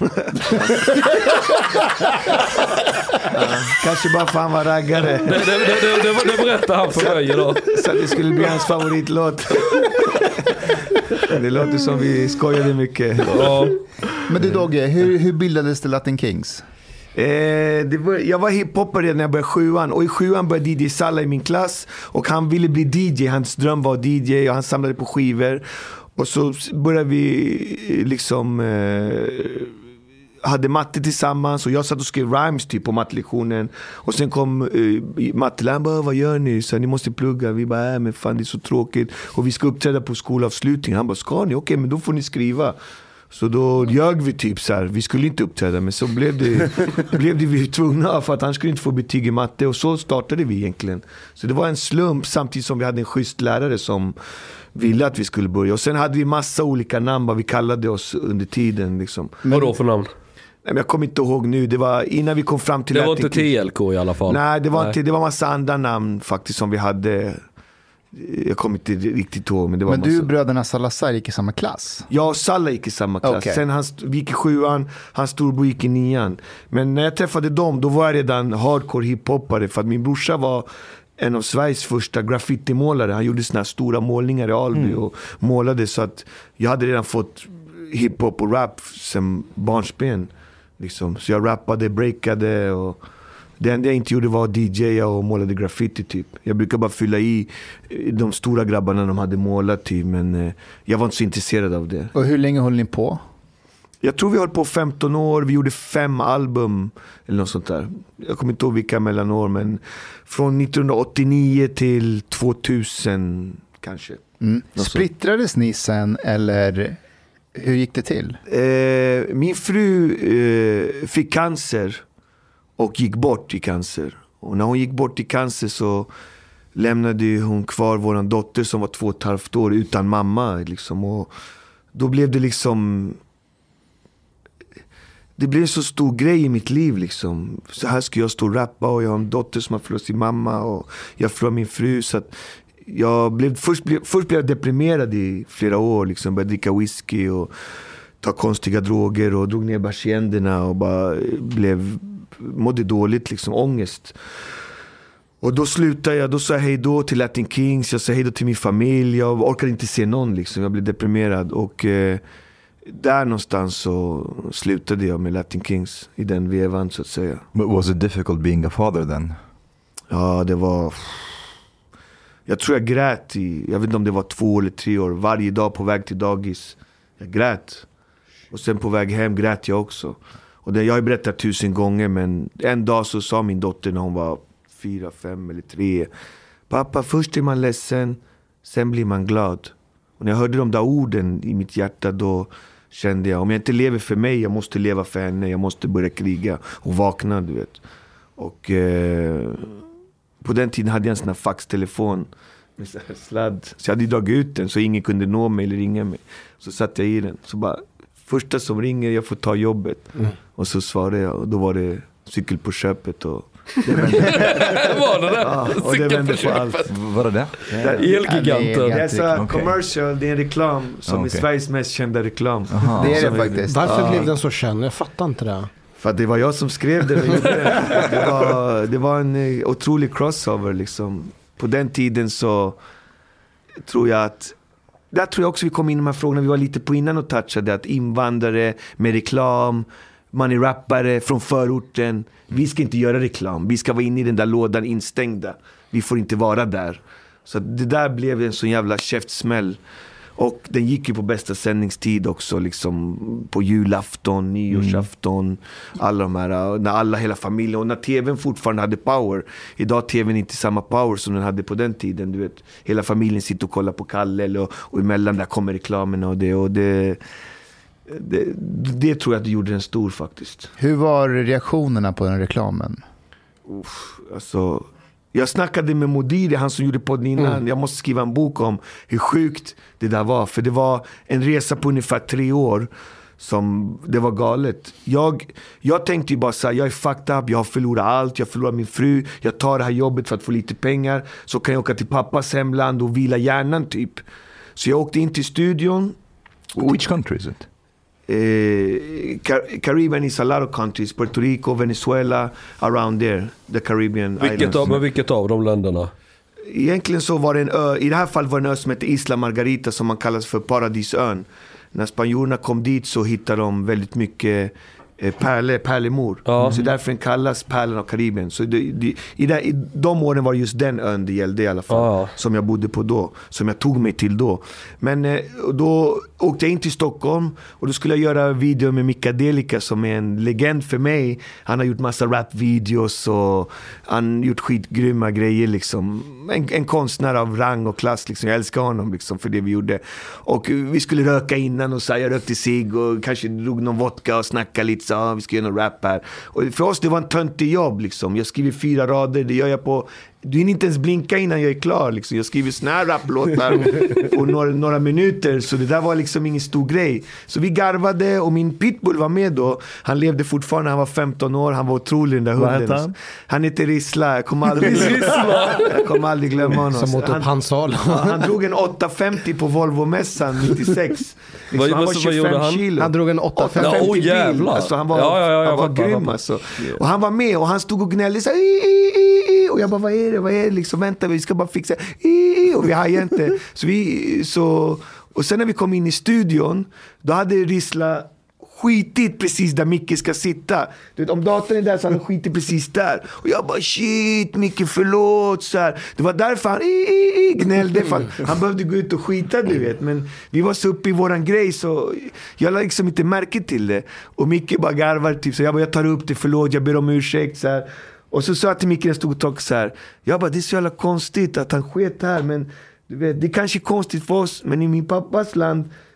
Ja, kanske bara för han var raggare. Det, det, det, det, det berättade han för mig idag. Så att det skulle bli hans favoritlåt. Det låter som vi skojade mycket. Ja. Men du Dogge, hur, hur bildades det Latin Kings? Eh, det var, jag var hiphoppare när jag började sjuan. Och i sjuan började D J Salla i min klass. Och han ville bli D J, hans dröm var D J. Och han samlade på skivor. Och så började vi liksom... Eh, hade matte tillsammans och jag satt och skrev rhymes typ på mattelektionen. Och sen kom uh, matteläraren bara, vad gör ni? Så ni måste plugga. Vi bara, äh, men fan det är så tråkigt. Och vi ska uppträda på skolavslutningen. Han bara, ska ni? Okej, men då får ni skriva. Så då ljög vi typ så här. Vi skulle inte uppträda, men så blev det, blev det vi tvungna för att han skulle inte få betyg i matte. Och så startade vi egentligen. Så det var en slump samtidigt som vi hade en schysst lärare som ville att vi skulle börja. Och sen hade vi massa olika namn vad vi kallade oss under tiden. Liksom. Vad då för namn? Nej, men jag kommer inte ihåg nu. Det var innan vi kom fram till... Det var inte T L K i alla fall. Nej, det var, Nej. Inte, det var massa andra namn faktiskt som vi hade. Jag kommer inte riktigt ihåg. Men, det var men massa... du och bröderna Salazar gick i samma klass? Jag och Salla gick i samma klass. Okay. Sen han, vi gick i sjuan, hans storbror gick i nian. Men när jag träffade dem, då var jag redan hardcore hiphoppare. För att min brorsa var en av Sveriges första graffitimålare. Han gjorde såna här stora målningar i Alby mm. och målade. Så att jag hade redan fått hiphop och rap sen barnsben. Liksom. Så jag rappade, breakade och det enda jag inte gjorde var D J och målade graffiti typ. Jag brukar bara fylla i de stora grabbarna de hade målat typ, men eh, jag var inte så intresserad av det. Och hur länge höll ni på? Jag tror vi höll på femton år, vi gjorde fem album eller något sånt där. Jag kommer inte ihåg vilka mellanår, men från nittonhundraåttionio till tvåtusen kanske. Mm. Splittrades ni sen eller... Hur gick det till? Eh, min fru eh, fick cancer och gick bort i cancer. Och när hon gick bort i cancer så lämnade hon kvar våran dotter som var två och ett halvt år utan mamma. Liksom. Och då blev det liksom... Det blev en så stor grej i mitt liv. Liksom. Så här ska jag stå och rappa och jag har en dotter som har förlorat sin mamma och jag förlorade min fru. Så att jag blev, först, blev, först blev jag deprimerad i flera år. Liksom. Började dricka whisky och ta konstiga droger och drog ner bärskänderna och bara blev, mådde dåligt, liksom, ångest. Och då slutade jag, då sa jag hej då till Latin Kings, jag sa hej då till min familj, jag orkade inte se någon, liksom. Jag blev deprimerad och eh, där någonstans så slutade jag med Latin Kings i den vevan, så att säga. But was it difficult being a father then? Ja, det var... Jag tror jag grät i, jag vet inte om det var två eller tre år, varje dag på väg till dagis. Jag grät. Och sen på väg hem grät jag också. Och det, jag har ju berättat tusen gånger, men en dag så sa min dotter när hon var fyra, fem eller tre: pappa, först är man ledsen, sen blir man glad. Och när jag hörde de där orden i mitt hjärta, då kände jag, om jag inte lever för mig, jag måste leva för henne. Jag måste börja kriga och vakna, du vet. Och eh, på den tiden hade jag en sån här faxtelefon med så här sladd. Så jag hade dragit ut den så ingen kunde nå mig eller ringa mig. Så satte jag i den. Så bara, första som ringer, jag får ta jobbet. Mm. Och så svarade jag, och då var det cykel på köpet och det vände. Var det det? Ja, och det vände på allt. Var det det? Elgiganten. Det är så Okay. commercial, det är en reklam som Okay. är Sveriges mest kända reklam. Aha. Det är det faktiskt. Varför Ja. blev den så känd? Jag fattar inte det. För att det var jag som skrev det. Det var, det var en eh, otrolig crossover liksom. På den tiden så tror jag att, där tror jag också vi kom in i de här frågorna vi var lite på innan och touchade, att invandrare med reklam, man är rappare från förorten, vi ska inte göra reklam, vi ska vara inne i den där lådan instängda, vi får inte vara där. Så det där blev en sån jävla käftsmäll. Och den gick ju på bästa sändningstid också, liksom på julafton, nyårsafton, mm. alla de här, när alla, hela familjen, och när tvn fortfarande hade power. Idag har tvn inte samma power som den hade på den tiden, du vet. Hela familjen sitter och kollar på Kalle, eller, och, och emellan där kommer reklamen och det, och det, det, det tror jag att det gjorde den stor faktiskt. Hur var reaktionerna på den reklamen? Uff, alltså... Jag snackade med Modiri, han som gjorde podden innan. Mm. Jag måste skriva en bok om hur sjukt det där var. För det var en resa på ungefär tre år som det var galet. Jag, jag tänkte ju bara så här, jag är fucked up, jag har förlorat allt, jag förlorar min fru, jag tar det här jobbet för att få lite pengar, så kan jag åka till pappas hemland och vila hjärnan typ. Så jag åkte in till studion. Which country is it? Eh, Car- Caribbean is a lot of countries. Puerto Rico, Venezuela, around there, the Caribbean vilket islands. av, men vilket av de länderna? Egentligen så var det en ö, i det här fallet var det en ö som heter Isla Margarita, som man kallas för Paradisön. När spanjorerna kom dit så hittade de väldigt mycket eh, pärle, pärlemor. Ja. Så därför den kallas Pärlen av Karibien. Så det, det, i, det, i de åren var det just den ön det gällde i alla fall. Ja. Som jag bodde på då. Som jag tog mig till då. Men eh, då åkte jag in till Stockholm. Och då skulle jag göra video med Mika Delika, som är en legend för mig. Han har gjort massa rap-videos och han har gjort skitgrymma grejer liksom. En, en konstnär av rang och klass liksom. Jag älskar honom liksom för det vi gjorde. Och vi skulle röka innan och så här, jag rökte cigg och kanske drog någon vodka och snackade lite så ah, vi ska göra någon rap här. Och för oss det var en töntig jobb liksom. Jag skriver fyra rader, det gör jag på... Du hinner inte ens blinka innan jag är klar liksom. Jag skriver såna här rapplåtar på några, några minuter. Så det där var liksom ingen stor grej. Så vi garvade och min pitbull var med då. Han levde fortfarande, han var femton år. Han var otrolig, den där Vad hunden. heter han? Han heter Rissla. Jag kommer aldrig, jag kommer aldrig glömma honom. Som åt upp hans sal. Ja, han drog en åtta femtio på Volvo-mässan nittiosex. Liksom, Vad- han var vad- vad gjorde tjugofem han? kilo. Han drog en åtta åtta femtio. Ja, åh, bil. jävlar. Alltså, han var, Ja, ja, ja, jag han var fattar, grym fattar. alltså. Och han var med och han stod och gnällde så här, "I, i, i, i." Och jag bara, vad är det, vad är det liksom, vänta, vi ska bara fixa "I, i." Och vi hajade inte. Så vi, så, och sen när vi kom in i studion, då hade Rissla skitit precis där Micke ska sitta. Du vet, om datorn är där så hade han skitit precis där. Och jag bara, shit Micke, förlåt så här. Det var därför han i, i, i, gnällde, för att han behövde gå ut och skita, du vet. Men vi var så uppe i våran grej så jag lade liksom inte märke till det. Och Micke bara garvar typ så jag bara, jag tar upp det, förlåt, jag ber om ursäkt så här. Och så sa jag till Micke när jag stod och tog så här, jag bara, det är så jävla konstigt att han sket här, men du vet, det är kanske konstigt för oss, men i min pappas land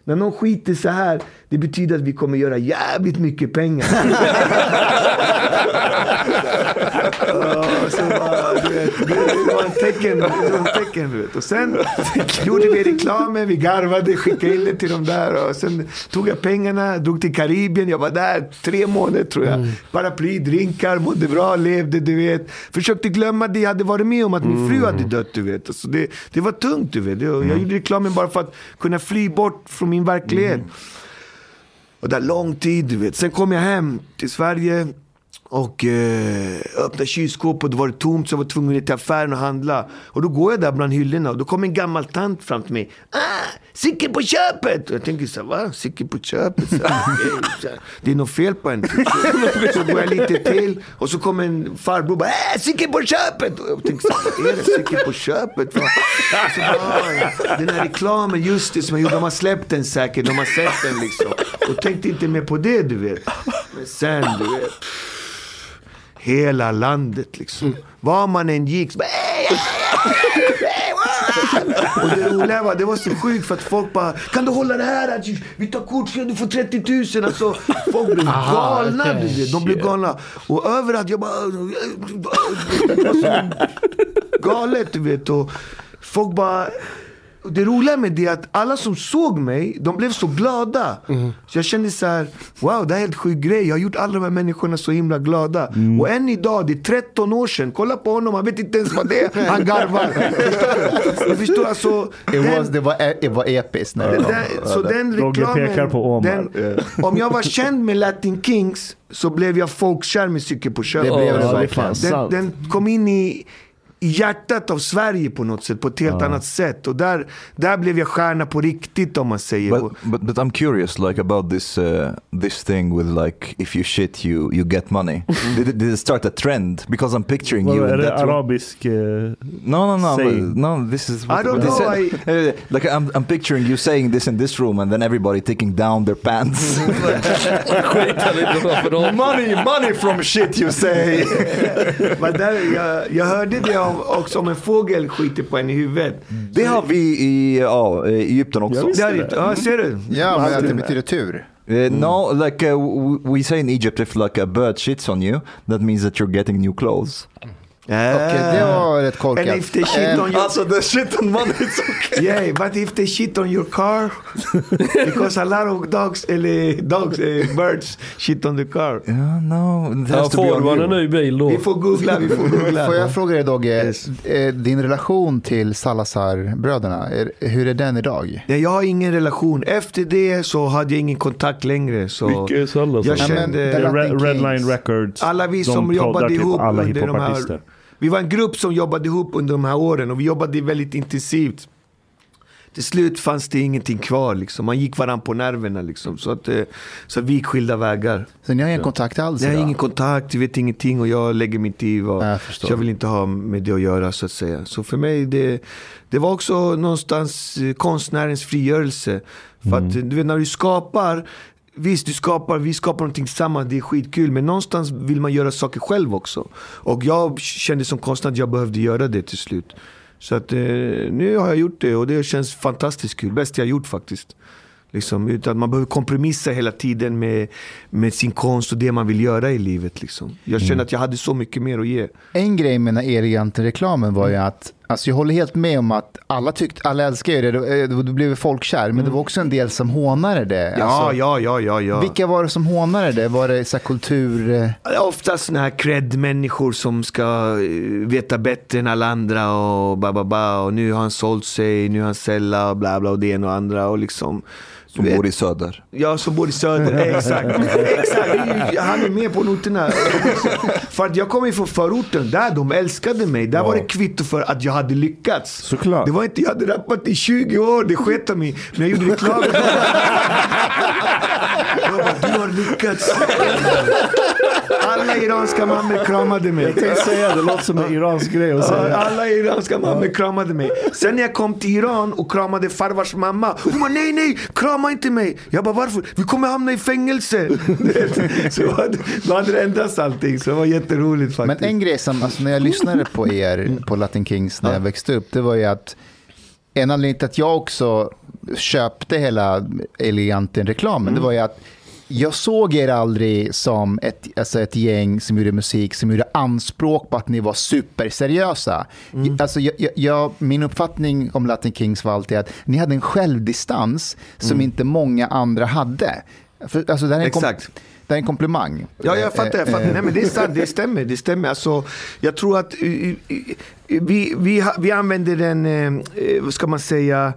När någon skiter så här, det betyder att vi kommer göra jävligt mycket pengar. Ja, så bara, du vet, det var en tecken, det var en tecken, du vet. Och sen gjorde vi reklamen, vi garvade, skickade in det till dem där. Och sen tog jag pengarna, drog till Karibien. Jag var där tre månader tror jag. Mm. Paraply, drinkar, mådde bra, levde, du vet. Försökte glömma det jag hade varit med om, att min fru hade dött, du vet. Alltså det, det var tungt, du vet. Jag gjorde reklamen bara för att kunna fly bort från min verklighet. Mm. Och där lång tid, du vet. Sen kom jag hem till Sverige och eh, öppnade kylskåpet och då var det tomt, så jag var tvungen att gå till affären och handla. Och då går jag där bland hyllorna och då kom en gammal tant fram till mig. Ah, Sicke på köpet! Och jag tänker så här, va? Sicke på köpet? Så här, det är något fel på en. Så, så går jag lite till och så kommer en farbror bara, ah, Sicke på köpet! Och jag tänker så här, är det Sicke på köpet? Så, ah, den här reklamen, just det som jag gjorde, de har släppt den säkert, de har sett den liksom. Och tänkte inte mer på det, du vet. Men sen, du vet, hela landet liksom. Mm. Var man än gick så bara, hey, hey, och det roliga var, det var så sjukt för att folk bara, kan du hålla det här? Vi tar kort så du får trettio tusen. Alltså, folk blev galna. Aha, okay. De blev galna. Och överallt, jag bara, det var så galet, du vet. Och folk bara, det roliga med det är att alla som såg mig, de blev så glada. Mm. Så jag kände så här, wow, det är helt sjuk grej. Jag har gjort alla de här människorna så himla glada. Mm. Och än idag, det är tretton år sedan. Kolla på honom, han vet inte ens vad det är. Han garvar. Jag förstår, alltså, det, den, was, det, var, det var episkt. När den, den, så den reklamen, på den, om jag var känd med Latin Kings så blev jag folkkär med Sicke på köpet. Det blev oh, det den, den kom in i i hjärtat av Sverige på något sätt, på ett helt uh. annat sätt. Och där, där blev jag stjärna på riktigt, om man säger. But, but, but I'm curious like about this uh, this thing with like if you shit you you get money. did, did it start a trend? Because I'm picturing well, you in that Arabisk uh, no no no no this is I don't know I, uh, like I'm I'm picturing you saying this in this room and then everybody taking down their pants. money money from shit you say. Men där, jag, jag hörde det också om en fågel skiter på en i huvudet. Det har vi i ja, Egypten också. Ja, det, ja, ser du? Ja, men det betyder tur. Uh, mm. No, like uh, we say in Egypt, if like a bird shits on you, that means that you're getting new clothes. Yeah. Okay, det var rätt korkat. And if they shit on your... Also the shit on money, it's okay. Yeah, but if they shit on your car, because a lot of dogs, eller dogs, uh, birds shit on the car. Yeah, no. Ja, får man en ny bil då? Vi får googla, vi får googla. Får jag fråga dig, Dogge, yes. din relation till Salazar-bröderna, hur är den idag? Nej, jag har ingen relation. Efter det så hade jag ingen kontakt längre. Så vilka är Salazar? Jag kände ja, Red, Red Line Records. Alla vi som jobbade typ ihop alla under de här... Vi var en grupp som jobbade ihop under de här åren och vi jobbade väldigt intensivt. Till slut fanns det ingenting kvar liksom. Man gick varann på nerverna liksom. Så att, så att vi gick skilda vägar. Så ni har ingen kontakt alls? Jag har ingen kontakt, jag vet ingenting och jag lägger mitt i vad, jag så jag vill inte ha med det att göra så att säga. Så för mig det, det var också någonstans konstnärens frigörelse. För mm. att du vet, när du skapar, visst, du skapar, vi skapar någonting tillsammans, det är skitkul, men någonstans vill man göra saker själv också. Och jag kände som konstnär att jag behövde göra det till slut. Så att eh, nu har jag gjort det och det känns fantastiskt kul. Bäst jag gjort faktiskt. Liksom, utan man behöver kompromissa hela tiden med, med sin konst och det man vill göra i livet. Liksom. Jag känner mm. att jag hade så mycket mer att ge. En grej med den här Eleganten-reklamen var ju att alltså jag håller helt med om att alla tyckte, alla älskar ju det, då, då blev folk kär, men mm. det var också en del som hånade det. Ja, alltså, ja, ja, ja, ja. Vilka var det som hånade det? Var det så här kultur? Oftast såna här cred-människor som ska veta bättre än alla andra och ba, ba, ba, och nu har han sålt sig, nu har han sälja och bla bla och det ena och andra och liksom som bor i söder. Ja, som bor i söder, exakt. Exakt. Han är med på noterna. För att jag kommer från förorten, där de älskade mig. Där ja. var det kvitto för att jag hade lyckats. Såklart. Det var inte, jag hade rappat i tjugo år, det sket mig. Men jag gjorde reklam. Jag bara, du har lyckats. Alla iranska mammor kramade mig. Jag tänkte säga, det låter som en iransk grej att säga. Alla iranska mammor kramade mig. Sen när jag kom till Iran och kramade farvars mamma, hon bara, nej, nej, krama inte mig. Jag bara, varför? Vi kommer hamna i fängelse. Så då hade det ändrats allting. Så det var jätteroligt faktiskt. Men en grej som, alltså, när jag lyssnade på er på Latin Kings när jag växte upp, det var ju att en anledning till att jag också köpte hela Eleganten-reklamen, mm. det var ju att jag såg er aldrig som ett, alltså ett gäng som gjorde musik som gjorde anspråk på att ni var superseriösa. Mm. Alltså jag, jag, min uppfattning om Latin Kings var alltid att ni hade en självdistans som mm. inte många andra hade. För, alltså det är en Exakt. Kom- det är en komplimang. Ja, jag fattar. Jag fattar. Nej, men det är sant, det stämmer. Det stämmer. Alltså, jag tror att vi, vi, vi använder den, vad ska man säga,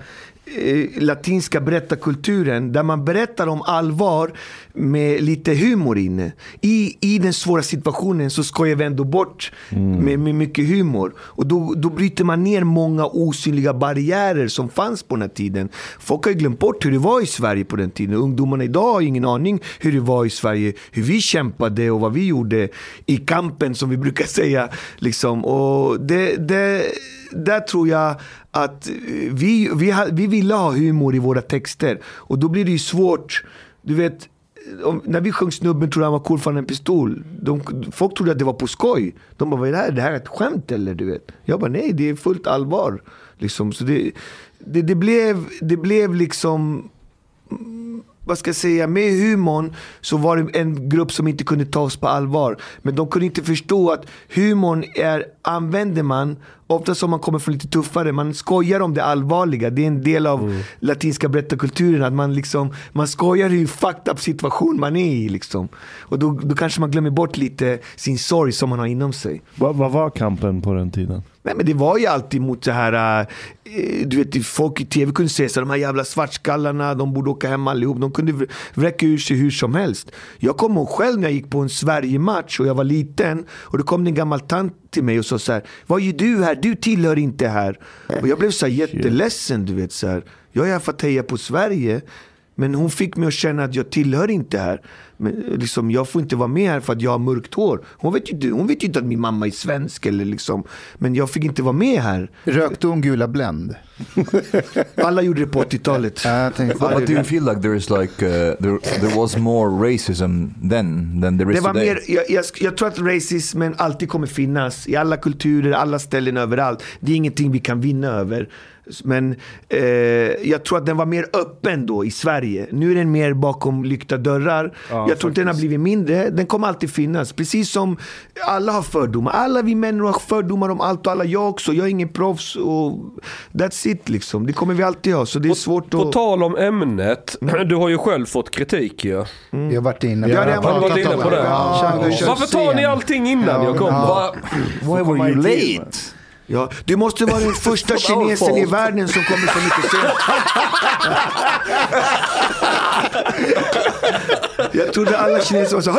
latinska berättarkulturen där man berättar om allvar med lite humor inne. I, i den svåra situationen så skojar vi ändå bort mm. med, med mycket humor. Och då, då bryter man ner många osynliga barriärer som fanns på den här tiden. Folk har ju glömt bort hur det var i Sverige på den tiden. Ungdomarna idag har ingen aning hur det var i Sverige. Hur vi kämpade och vad vi gjorde i kampen, som vi brukar säga. Liksom. Och det... det där tror jag att vi, vi, vi ville ha humor i våra texter. Och då blir det ju svårt. Du vet, om, när vi sjöng Snubben tror jag han var cool för en pistol. De, folk trodde att det var på skoj. De bara, vad är det här? Det här är ett skämt eller? Du vet. Jag bara, nej, det är fullt allvar. Liksom. Så det, det, det, blev, det blev liksom... vad ska jag säga, med humorn så var det en grupp som inte kunde ta oss på allvar. Men de kunde inte förstå att humorn är, använder man ofta som man kommer från lite tuffare. Man skojar om det allvarliga. Det är en del av mm. latinska berättarkulturen att man liksom, man skojar hur fucked up situation man är i liksom. Och då, då kanske man glömmer bort lite sin sorg som man har inom sig. Vad, vad var kampen på den tiden? Nej, men det var ju alltid mot det här, du vet, folk i tv kunde säga så de här jävla svartskallarna, de borde åka hem allihop, de kunde vräcka ur sig hur som helst. Jag kommer ihåg själv när jag gick på en Sverige-match och jag var liten och det kom en gammal tant till mig och sa så här, vad gör du här? Du tillhör inte här. Och jag blev så här jätteledsen, du vet så här. Jag är här för att heja på Sverige, men hon fick mig att känna att jag tillhör inte här. Men liksom, jag får inte vara med här för att jag har mörkt hår. Hon vet ju inte, hon vet ju inte att min mamma är svensk eller liksom. Men jag fick inte vara med här. Rökte hon gula Blend? Alla gjorde det på åttiotalet. Uh, but do you feel like there is like uh, there, there was more racism then than there is det var today? Mer, jag, jag, jag tror att racismen alltid kommer finnas i alla kulturer, alla ställen, överallt. Det är ingenting vi kan vinna över. Men eh, jag tror att den var mer öppen då i Sverige. Nu är den mer bakom lyckta dörrar. Ja, jag tror inte den har blivit mindre. Den kommer alltid finnas. Precis som alla har fördomar. Alla vi människor har fördomar om allt och alla, jag också. Jag är ingen proffs och that's it liksom. Det kommer vi alltid ha. Så det är på, svårt på att... tal om ämnet. Du har ju själv fått kritik ju. Ja. Mm. Jag har varit inne på, ja, det. Jag har varit inne på det. Ja. Ja. Varför tar ni allting innan ja, jag kom? Ja. Why were you late? Ja, du måste vara den första kinesen i världen som kommer så mycket sent. Jag trodde alla kineser var så.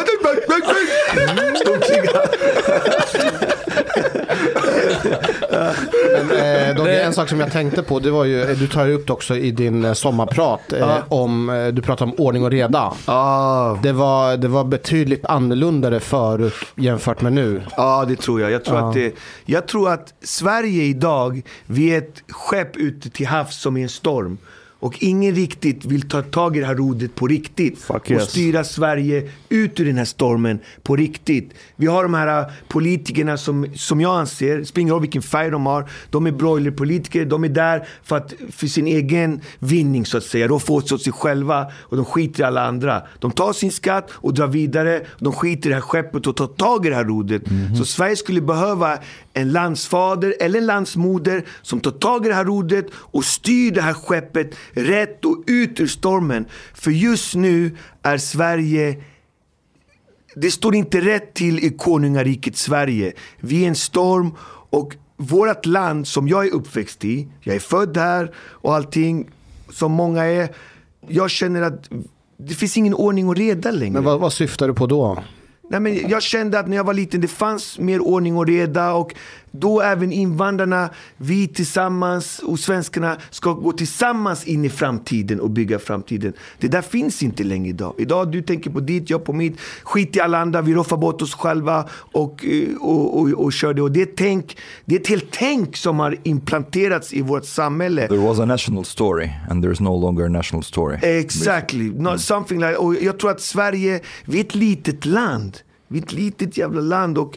Men, eh, då, det är en sak som jag tänkte på. Det var ju, du tar ju upp också i din eh, sommarprat eh, ah. om, eh, du pratar om ordning och reda. Ah. Det, var, det var betydligt annorlunda förut jämfört med nu. Ja, ah, det tror jag. Jag tror, ah. att det, jag tror att Sverige idag, vi är ett skepp ute till havs som är en storm. Och ingen riktigt vill ta tag i det här rodet på riktigt. Fuck och yes. styra Sverige ut ur den här stormen på riktigt. Vi har de här politikerna som, som jag anser, springer av vilken färg de har. De är broilerpolitiker, de är där för, att, för sin egen vinning så att säga. De får åt sig själva och de skiter i alla andra. De tar sin skatt och drar vidare. De skiter i det här skeppet och tar tag i det här rodet. Mm-hmm. Så Sverige skulle behöva en landsfader eller en landsmoder som tar tag i det här rodet och styr det här skeppet rätt och ut ur stormen. För just nu är Sverige, det står inte rätt till i konungariket Sverige. Vi är en storm och vårt land som jag är uppväxt i, jag är född här och allting som många är, jag känner att det finns ingen ordning och reda längre. Men vad, vad syftar du på då? Nej, men jag kände att när jag var liten det fanns mer ordning och reda och då även invandrarna, vi tillsammans och svenskarna ska gå tillsammans in i framtiden och bygga framtiden. Det där finns inte längre idag. Idag du tänker på ditt, jag på mitt, skit i alla andra, vi roffar bort oss själva och, och, och, och kör det. Och det är, tänk, det är ett helt tänk som har implanterats i vårt samhälle. There was a national story and there's no longer a national story. Exactly. Not something like, och jag tror att Sverige, vi är ett litet land. Vi är ett litet jävla land och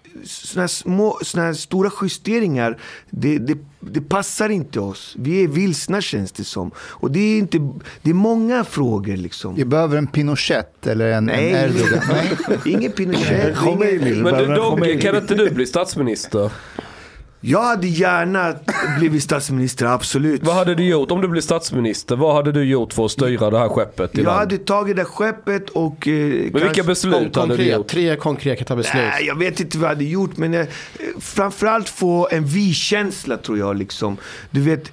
såna här små, såna här stora justeringar, det, det, det passar inte oss. Vi är vilsna, känns det som. Och det är inte, det är många frågor liksom. Vi behöver en Pinochet eller en, Nej, en Erdogan. Nej, ingen Pinochet. ingen... Men du, Dogge, kan inte du bli statsminister? Jag hade gärna blivit statsminister, absolut. Vad hade du gjort om du blev statsminister? Vad hade du gjort för att styra det här skeppet i Jag land? hade tagit det skeppet och... Eh, men vilka kanske... beslut Kon- hade du gjort? Tre konkreta beslut. Nej, jag vet inte vad jag hade gjort, men eh, framförallt få en vi-känsla, tror jag. Liksom. Du vet,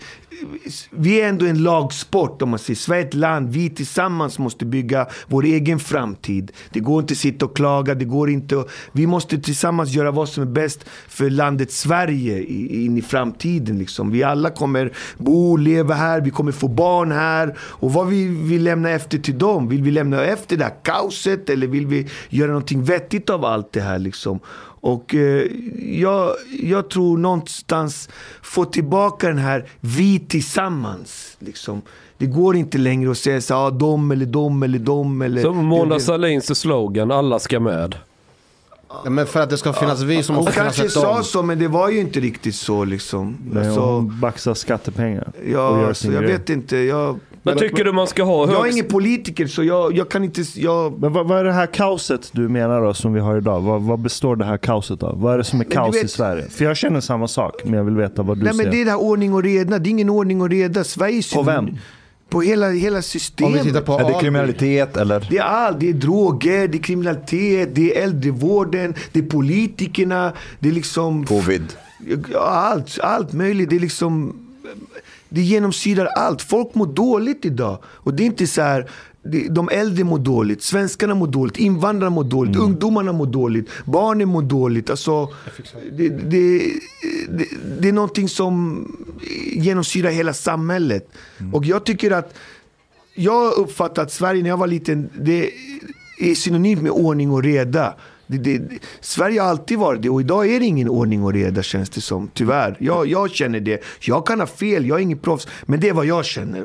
vi är ändå en lagsport, om man säger. Sverige är ett land, vi tillsammans måste bygga vår egen framtid. Det går inte att sitta och klaga, det går inte att, vi måste tillsammans göra vad som är bäst för landet Sverige in i framtiden. Liksom. Vi alla kommer bo och leva här, vi kommer få barn här. Och vad vi vill lämna efter till dem? Vill vi lämna efter det här kaoset, eller vill vi göra någonting vettigt av allt det här? Liksom? Och eh, jag, jag tror någonstans få tillbaka den här vi tillsammans. Liksom. Det går inte längre att säga så här, ah, de eller de eller de. Eller, Som Mona Sahlins slogan, alla ska med. Ja, men för att det ska finnas vi som Hon måste finnas kanske ett sa dem. så, men det var ju inte riktigt så. Liksom. Nej, alltså, hon baxar skattepengar. ja, så jag vet inte. Jag, Men tycker du man ska ha jag är högst... ingen politiker, så jag, jag kan inte... Jag, Men vad, vad är det här kaoset du menar då, som vi har idag? Vad, vad består det här kaoset av? Vad är det som är Men kaos du vet- i Sverige? För jag känner samma sak, men jag vill veta vad du nej, ser. men det är det här ordning och reda. Det är ingen ordning och reda. Sverige är På vem? På hela, hela Om systemet. vi tittar på Är det Alby. kriminalitet eller? Det är allt. Det är droger, det är kriminalitet, det är äldrevården, det är politikerna, det är liksom... Covid. Ja, allt, allt möjligt. Det är liksom... Det genomsyrar allt. Folk mår dåligt idag. Och det är inte så här... det- De äldre mår dåligt, svenskarna mår dåligt, invandrarna mår dåligt, ungdomarna mår dåligt, barnen mår dåligt. Alltså, det, det, det, det är någonting som genomsyrar hela samhället. Och jag tycker att jag uppfattar att Sverige när jag var liten, det är synonymt med ordning och reda. Det, det, Sverige har alltid varit det, och idag är det ingen ordning och reda, känns det som. Tyvärr. Jag, jag känner det. Jag kan ha fel, jag är ingen proffs, men det är vad jag känner.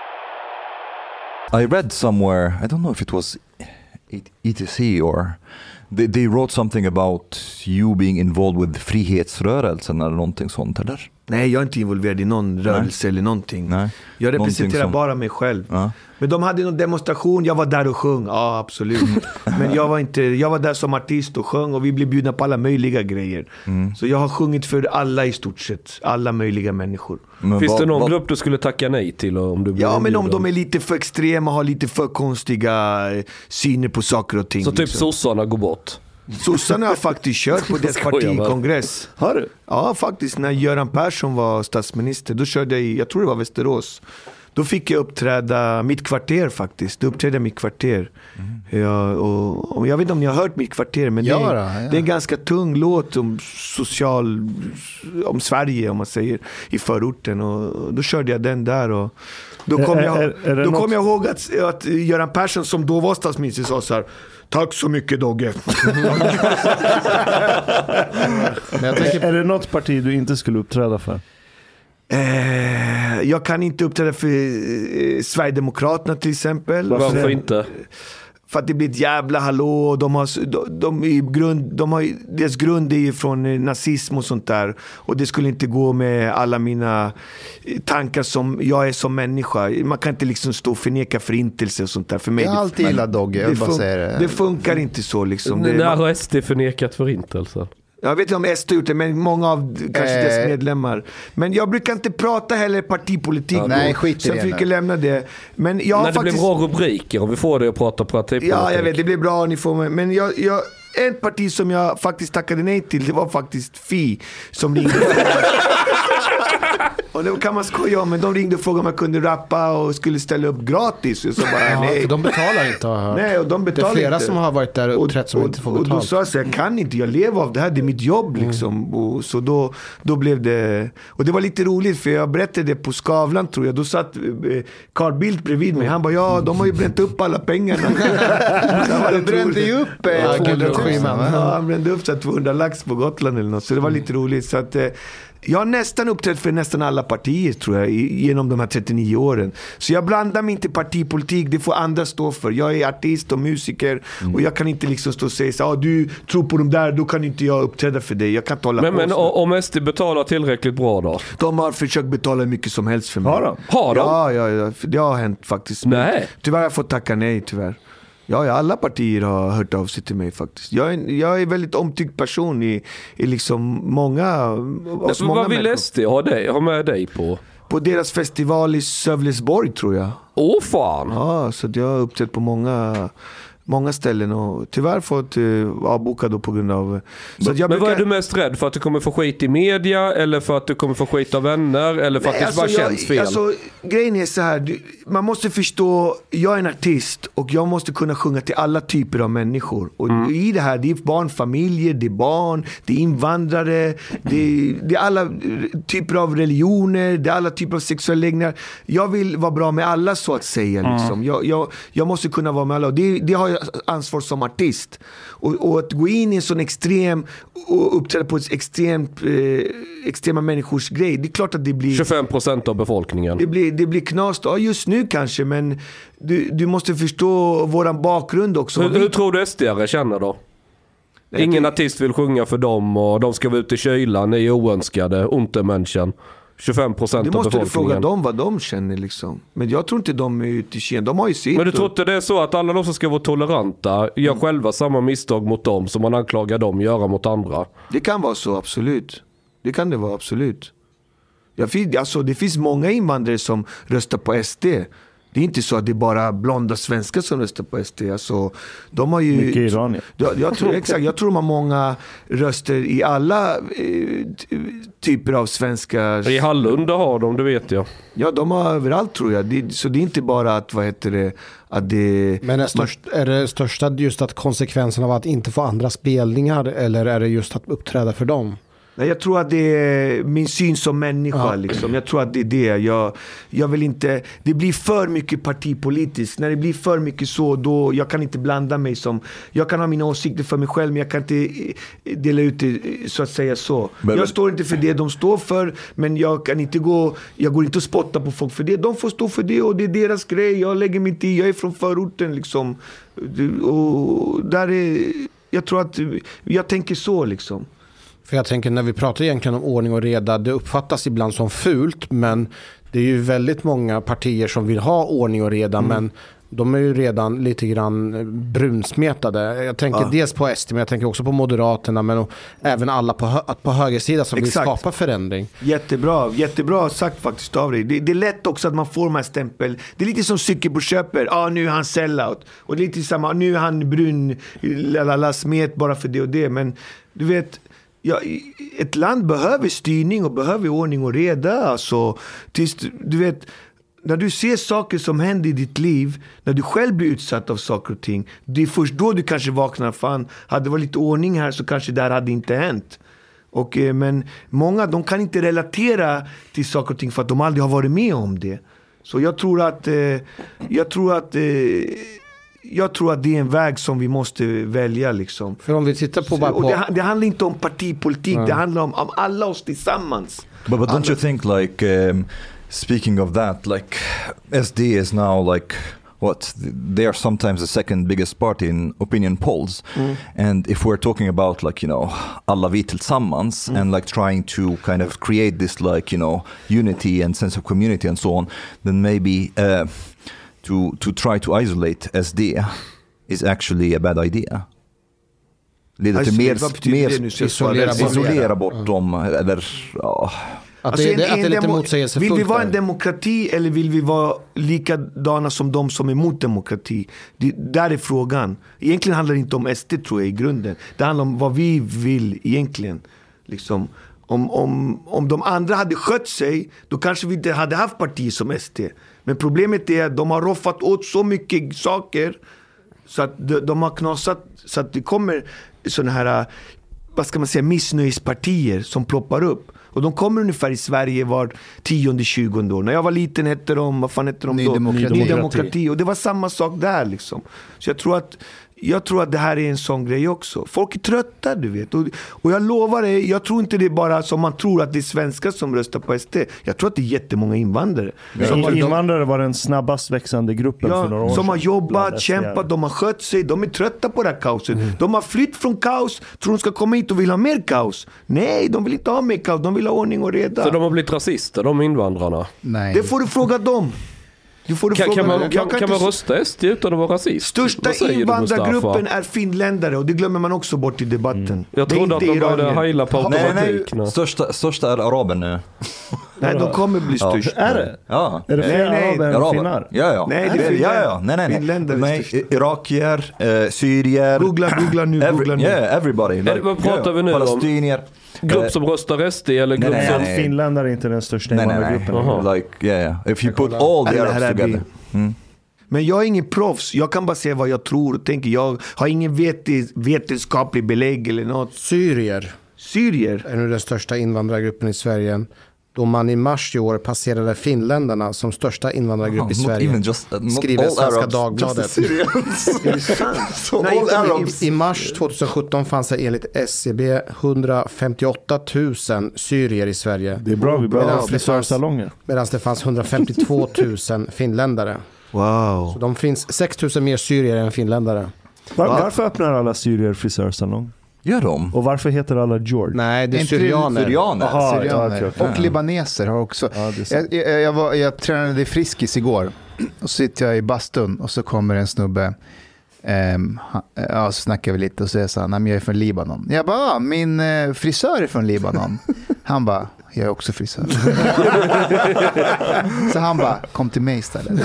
I read somewhere, I don't know if it was E T C or they, they wrote something about you being involved with frihetsrörelsen eller någonting sånt, eller? Nej, jag är inte involverad i någon rörelse eller någonting. Nej. Jag representerar Någonting som- bara mig själv. Ja. Men de hade någon demonstration, jag var där och sjöng. Ja, absolut. Men jag var, inte, jag var där som artist och sjöng, och vi blev bjudna på alla möjliga grejer. Mm. Så jag har sjungit för alla i stort sett. Alla möjliga människor. Men Finns vad- det någon vad- grupp du skulle tacka nej till om du blir Ja, men om inbjuden? de är lite för extrema, har lite för konstiga eh, syner på saker och ting. Så typ liksom. sossarna går bort? Sossarna har faktiskt kört på deras Skojar bara. partikongress. Har du? Ja, faktiskt. När Göran Persson var statsminister, då körde jag i, jag tror det var Västerås. Då fick jag uppträda mitt kvarter faktiskt. Då uppträdde jag mitt kvarter. Mm. Ja, och, och jag vet inte om ni har hört mitt kvarter, men Ja, det, är, då, ja. det är en ganska tung låt om social, om Sverige, om man säger, i förorten. Och då körde jag den där, och då kom Är- jag, är- är det då något- kom jag ihåg att, att Göran Persson, som då var statsminister, sa så här: tack så mycket, Dogge. Men jag tänker, Är det något parti du inte skulle uppträda för? Eh, jag kan inte uppträda för eh, Sverigedemokraterna till exempel. Varför inte? För att det blir ett jävla hallå. De har, de, de, i grund, de har, deras grund är ju från eh, nazism och sånt där. Och det skulle inte gå med alla mina eh, tankar som jag är som människa. Man kan inte liksom stå och förneka förintelse och sånt där. För mig, Jag har alltid gillat Dogge, jag det, vill bara fun- säga det. det funkar inte så liksom. Det, När man, har S D förnekat förintelsen? jag vet inte om S D har gjort det, men många av kanske Eh. dess medlemmar. Men jag brukar inte prata heller partipolitik. Ja, nej, skit i så jag det försöker nu. lämna det. Men jag har När det faktiskt... blir bra rubriker, om vi får det att prata partipolitik. Ja, jag vet, det blir bra, ni får mig. Men jag, jag, ett parti som jag faktiskt tackade nej till, det var faktiskt Fi, som ringde. Och det kan man skoja om, men de ringde och frågade om jag kunde rappa och skulle ställa upp gratis. Och så bara, ja, nej. för de betalar inte, har jag hört. Nej, och de Det är betalar flera inte. som har varit där och uppträtt som och, inte får och då betalt. sa jag så här, jag kan inte, jag lever av det här, det är mitt jobb liksom. Och så då, då blev det, och det var lite roligt, för jag berättade det på Skavlan, tror jag. Då satt eh, Carl Bildt bredvid mig. Han bara, ja, de har ju bränt upp alla pengarna. Du brände ju upp eh, Ja, tvåhundra Gudrun tusen. Schyman. Ja, han brände upp så här tvåhundra lax på Gotland eller något. Så det var lite roligt. Så att, eh, Jag har nästan uppträtt för nästan alla partier tror jag genom de här trettionio åren. Så jag blandar mig inte i partipolitik, det får andra stå för. Jag är artist och musiker mm. och jag kan inte liksom stå och säga så, ah, du tror på dem där, då kan inte jag uppträda för dig. Jag kan inte hålla men, på. Men om S D betalar tillräckligt bra då? De har försökt betala hur mycket som helst för mig. Har de? Har de? Ja, ja, ja, det har hänt faktiskt. Nej. Tyvärr har jag fått tacka nej, tyvärr. Ja, ja, alla partier har hört av sig till mig faktiskt. Jag är, jag är en väldigt omtyckt person i, i liksom många, Nej, många vad vill S D ha, dig, ha med dig på? På deras festival i Sövlesborg tror jag. Åh fan! Ja, så jag har uppträtt på många, många ställen och tyvärr fått uh, avboka då på grund av... Så men jag brukar... vad är du mest rädd för? Att du kommer få skit i media eller för att du kommer få skit av vänner eller för att Nej, det alltså bara jag, känns fel? Alltså, grejen är så här, du, man måste förstå, jag är en artist och jag måste kunna sjunga till alla typer av människor. Och mm. i det här, det är barnfamiljer, det är barn, det är invandrare, det är, det är alla typer av religioner, det är alla typer av sexuella läggningar. Jag vill vara bra med alla så att säga. Liksom. Mm. Jag, jag, jag måste kunna vara med alla och det, det har jag ansvar som artist. Och, och att gå in i en sån extrem och uppträda på ett extremt eh, extrema människors grej, det är klart att det blir tjugofem procent av befolkningen. Det blir, det blir knast, ja just nu kanske, men du, du måste förstå våran bakgrund också. Hur, hur tror du S D-are känner då? Nej, Ingen det... artist vill sjunga för dem och de ska vara ute i kylan, ni är oönskade, untermänniskan. tjugofem procent av befolkningen. Du måste fråga dem vad de känner liksom. Men jag tror inte de är ute i Kina. De har ju sitt. Men du tror inte det är så att alla de som ska vara toleranta gör mm. själva samma misstag mot dem som man anklagar dem göra mot andra? Det kan vara så, absolut. Det kan det vara, absolut. Jag fick, alltså, det finns många invandrare som röstar på S D. Det är inte så att det är bara blonda svenskar som röstar på S D. Alltså, de har ju... Mycket iranier. Jag, jag, tror, exakt, jag tror de har många röster i alla eh, typer av svenska... I Hallunda har de, det vet jag. Ja, de har överallt tror jag. Det, så det är inte bara att, vad heter det... Att det Men är, störst, är det största just att konsekvensen av att inte få andra spelningar eller är det just att uppträda för dem? Nej, jag tror att det är min syn som människa. Ja. Liksom. Jag tror att det är det. Jag, jag vill inte... Det blir för mycket partipolitiskt. När det blir för mycket så, då... Jag kan inte blanda mig som... Jag kan ha mina åsikter för mig själv, men jag kan inte dela ut det så att säga så. Men, jag står inte för det de står för, men jag kan inte gå... Jag går inte och spotta på folk för det. De får stå för det och det är deras grej. Jag lägger mig inte i. Jag är från förorten liksom. Och där är... Jag tror att... Jag tänker så liksom. För jag tänker när vi pratar egentligen om ordning och reda, det uppfattas ibland som fult, men det är ju väldigt många partier som vill ha ordning och reda, mm. men de är ju redan lite grann brunsmetade. Jag tänker ja. dels på S D, men jag tänker också på Moderaterna, men även alla på, hö- på högersidan som Exakt. vill skapa förändring. Jättebra, jättebra sagt faktiskt av dig. Det, det är lätt också att man får de här stämpel. Det är lite som cykelbussköper. Ja, ah, nu är han sellout. Och det är lite samma, nu är han brun, lalala, smet bara för det och det. Men du vet... Ja, ett land behöver styrning och behöver ordning och reda. Alltså, tills, du vet, när du ser saker som händer i ditt liv, när du själv blir utsatt av saker och ting, det är först då du kanske vaknar. Fan, hade det varit lite ordning här så kanske det här hade inte hänt. Och, men många, de kan inte relatera till saker och ting för att de aldrig har varit med om det. Så jag tror att jag tror att Jag tror att det är en väg som vi måste välja liksom. För om vi tittar på bara på... Och det, det handlar inte om partipolitik, mm. det handlar om, om alla oss tillsammans. But, but don't you think like um, speaking of that, like S D is now like what they are sometimes the second biggest party in opinion polls, mm. and if we're talking about like, you know, alla vi tillsammans mm. and like trying to kind of create this like, you know, unity and sense of community and so on, then maybe uh, to to try to isolate S D is actually a bad idea. Leder till mer, mer isolera, isolera bort mm. dem eller ja. Att det, alltså, det, en, att det är lite motsägelsefullt. Vill vi vara en demokrati eller vill vi vara likadana som de som är emot demokrati? Det, där är frågan. Egentligen handlar det inte om S D tror jag i grunden. Det handlar om vad vi vill egentligen. Liksom, om, om, om de andra hade skött sig, då kanske vi inte hade haft partier som S D. Men problemet är att de har roffat åt så mycket saker så att de, de har knasat så att det kommer såna här, vad ska man säga, missnöjespartier som ploppar upp. Och de kommer ungefär i Sverige var tionde, tjugonde år. När jag var liten hette de, vad fan hette de Ny då? Demokrati. Ny Demokrati. Och det var samma sak där liksom. Så jag tror att jag tror att det här är en sån grej också. Folk är trötta, du vet. Och, och jag lovar dig, jag tror inte det är bara som man tror att det är svenskar som röstar på S D. Jag tror att det är jättemånga invandrare. Ja. Som har, invandrare var den snabbast växande gruppen ja, för några år som har sedan. jobbat, kämpat, de har skött sig. De är trötta på det här kaoset. Mm. De har flytt från kaos, tror de ska komma hit och vill ha mer kaos. Nej, de vill inte ha mer kaos, de vill ha ordning och reda. Så de har blivit rasister, de invandrarna? Nej. Det får du fråga dem. Du får du kan, fråga kan, man, dem. kan, kan, kan man rösta S D utan att vara rasist? Största invandrargruppen är finländare och det glömmer man också bort i debatten. Mm. Jag trodde att de började hejla på automatik. Nej, nej, största, största är araber nu. Nej, de kommer bli ja. störst. Är det? Ja. Är det fler nej, araber än araber. finnar? Ja, ja. Nej, det är ja, ja. Nej, nej, nej. Finländare nej irakier, eh, syrier. Googla, googla nu, every, googla nu. Yeah, everybody. Like, vad pratar yeah, vi nu palestinier. om? Grupp som röstar S D eller grupp nej, som... nej, nej. Finländare är inte den största invandrargruppen. Like, yeah, yeah. If you put all the Arabs together. Mm. Men jag är ingen proffs. Jag kan bara säga vad jag tror och tänker. Jag har ingen vet- vetenskaplig belägg eller något. Syrier. Syrier? Är nu den största invandrargruppen i Sverige. Då man i mars i år passerade finländarna som största invandrargrupp oh, i Sverige. Just, uh, skriver Svenska Arabs, Dagbladet. so Nej, all i, I mars tjugohundrasjutton fanns det enligt S C B hundrafemtioåtta tusen syrier i Sverige. Det är bra, vi behöver frisörsalonger. Medan det fanns hundrafemtiotvå tusen finländare. Wow. Så de finns sex tusen mer syrier än finländare. Var, varför öppnar alla syrier frisörsalong? Gör de? Och varför heter alla George? Nej, det är syrianer. Syrianer. Aha, syrianer. Ja, okay, okay. Och libaneser har också. Ja, jag, jag, jag, var, jag tränade i Friskis igår. Och så sitter jag i bastun och så kommer en snubbe. Um, ja, så snackar vi lite och så säger han, jag är från Libanon. Jag bara, min uh, frisör är från Libanon. Han bara, jag är också frisör. Så han bara, kom till mig istället.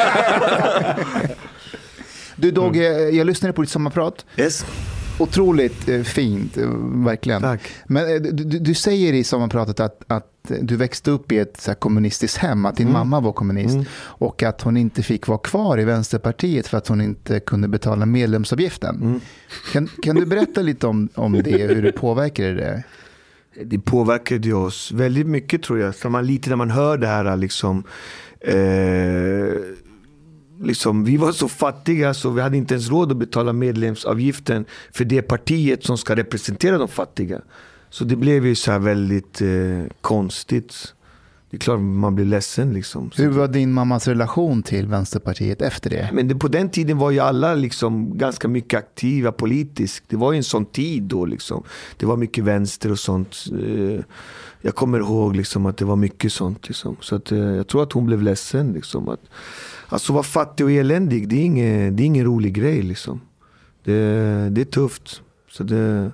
Du Dogge, mm. jag lyssnade på ditt sommarprat. Yes. Otroligt eh, fint, eh, verkligen. Tack. Men eh, du, du säger i sommarpratet att, att du växte upp i ett så här, kommunistiskt hem, att din mm. mamma var kommunist mm. och att hon inte fick vara kvar i Vänsterpartiet för att hon inte kunde betala medlemsavgiften. Mm. Kan, kan du berätta lite om, om det, hur det påverkade det? Det påverkade oss väldigt mycket, tror jag. Så man, lite när man hör det här liksom... Eh, Liksom, vi var så fattiga så vi hade inte ens råd att betala medlemsavgiften för det partiet som ska representera de fattiga. Så det blev ju så här väldigt eh, konstigt. Det är klart man blir ledsen liksom. Hur var din mammas relation till Vänsterpartiet efter det? Men det, på den tiden var ju alla liksom ganska mycket aktiva politiskt. Det var ju en sån tid då liksom. Det var mycket vänster och sånt. Eh, jag kommer ihåg liksom att det var mycket sånt liksom. Så att, eh, jag tror att hon blev ledsen liksom. Att, alltså vara fattig och eländig, det är ingen, det är ingen rolig grej liksom. Det, det är tufft. Så det...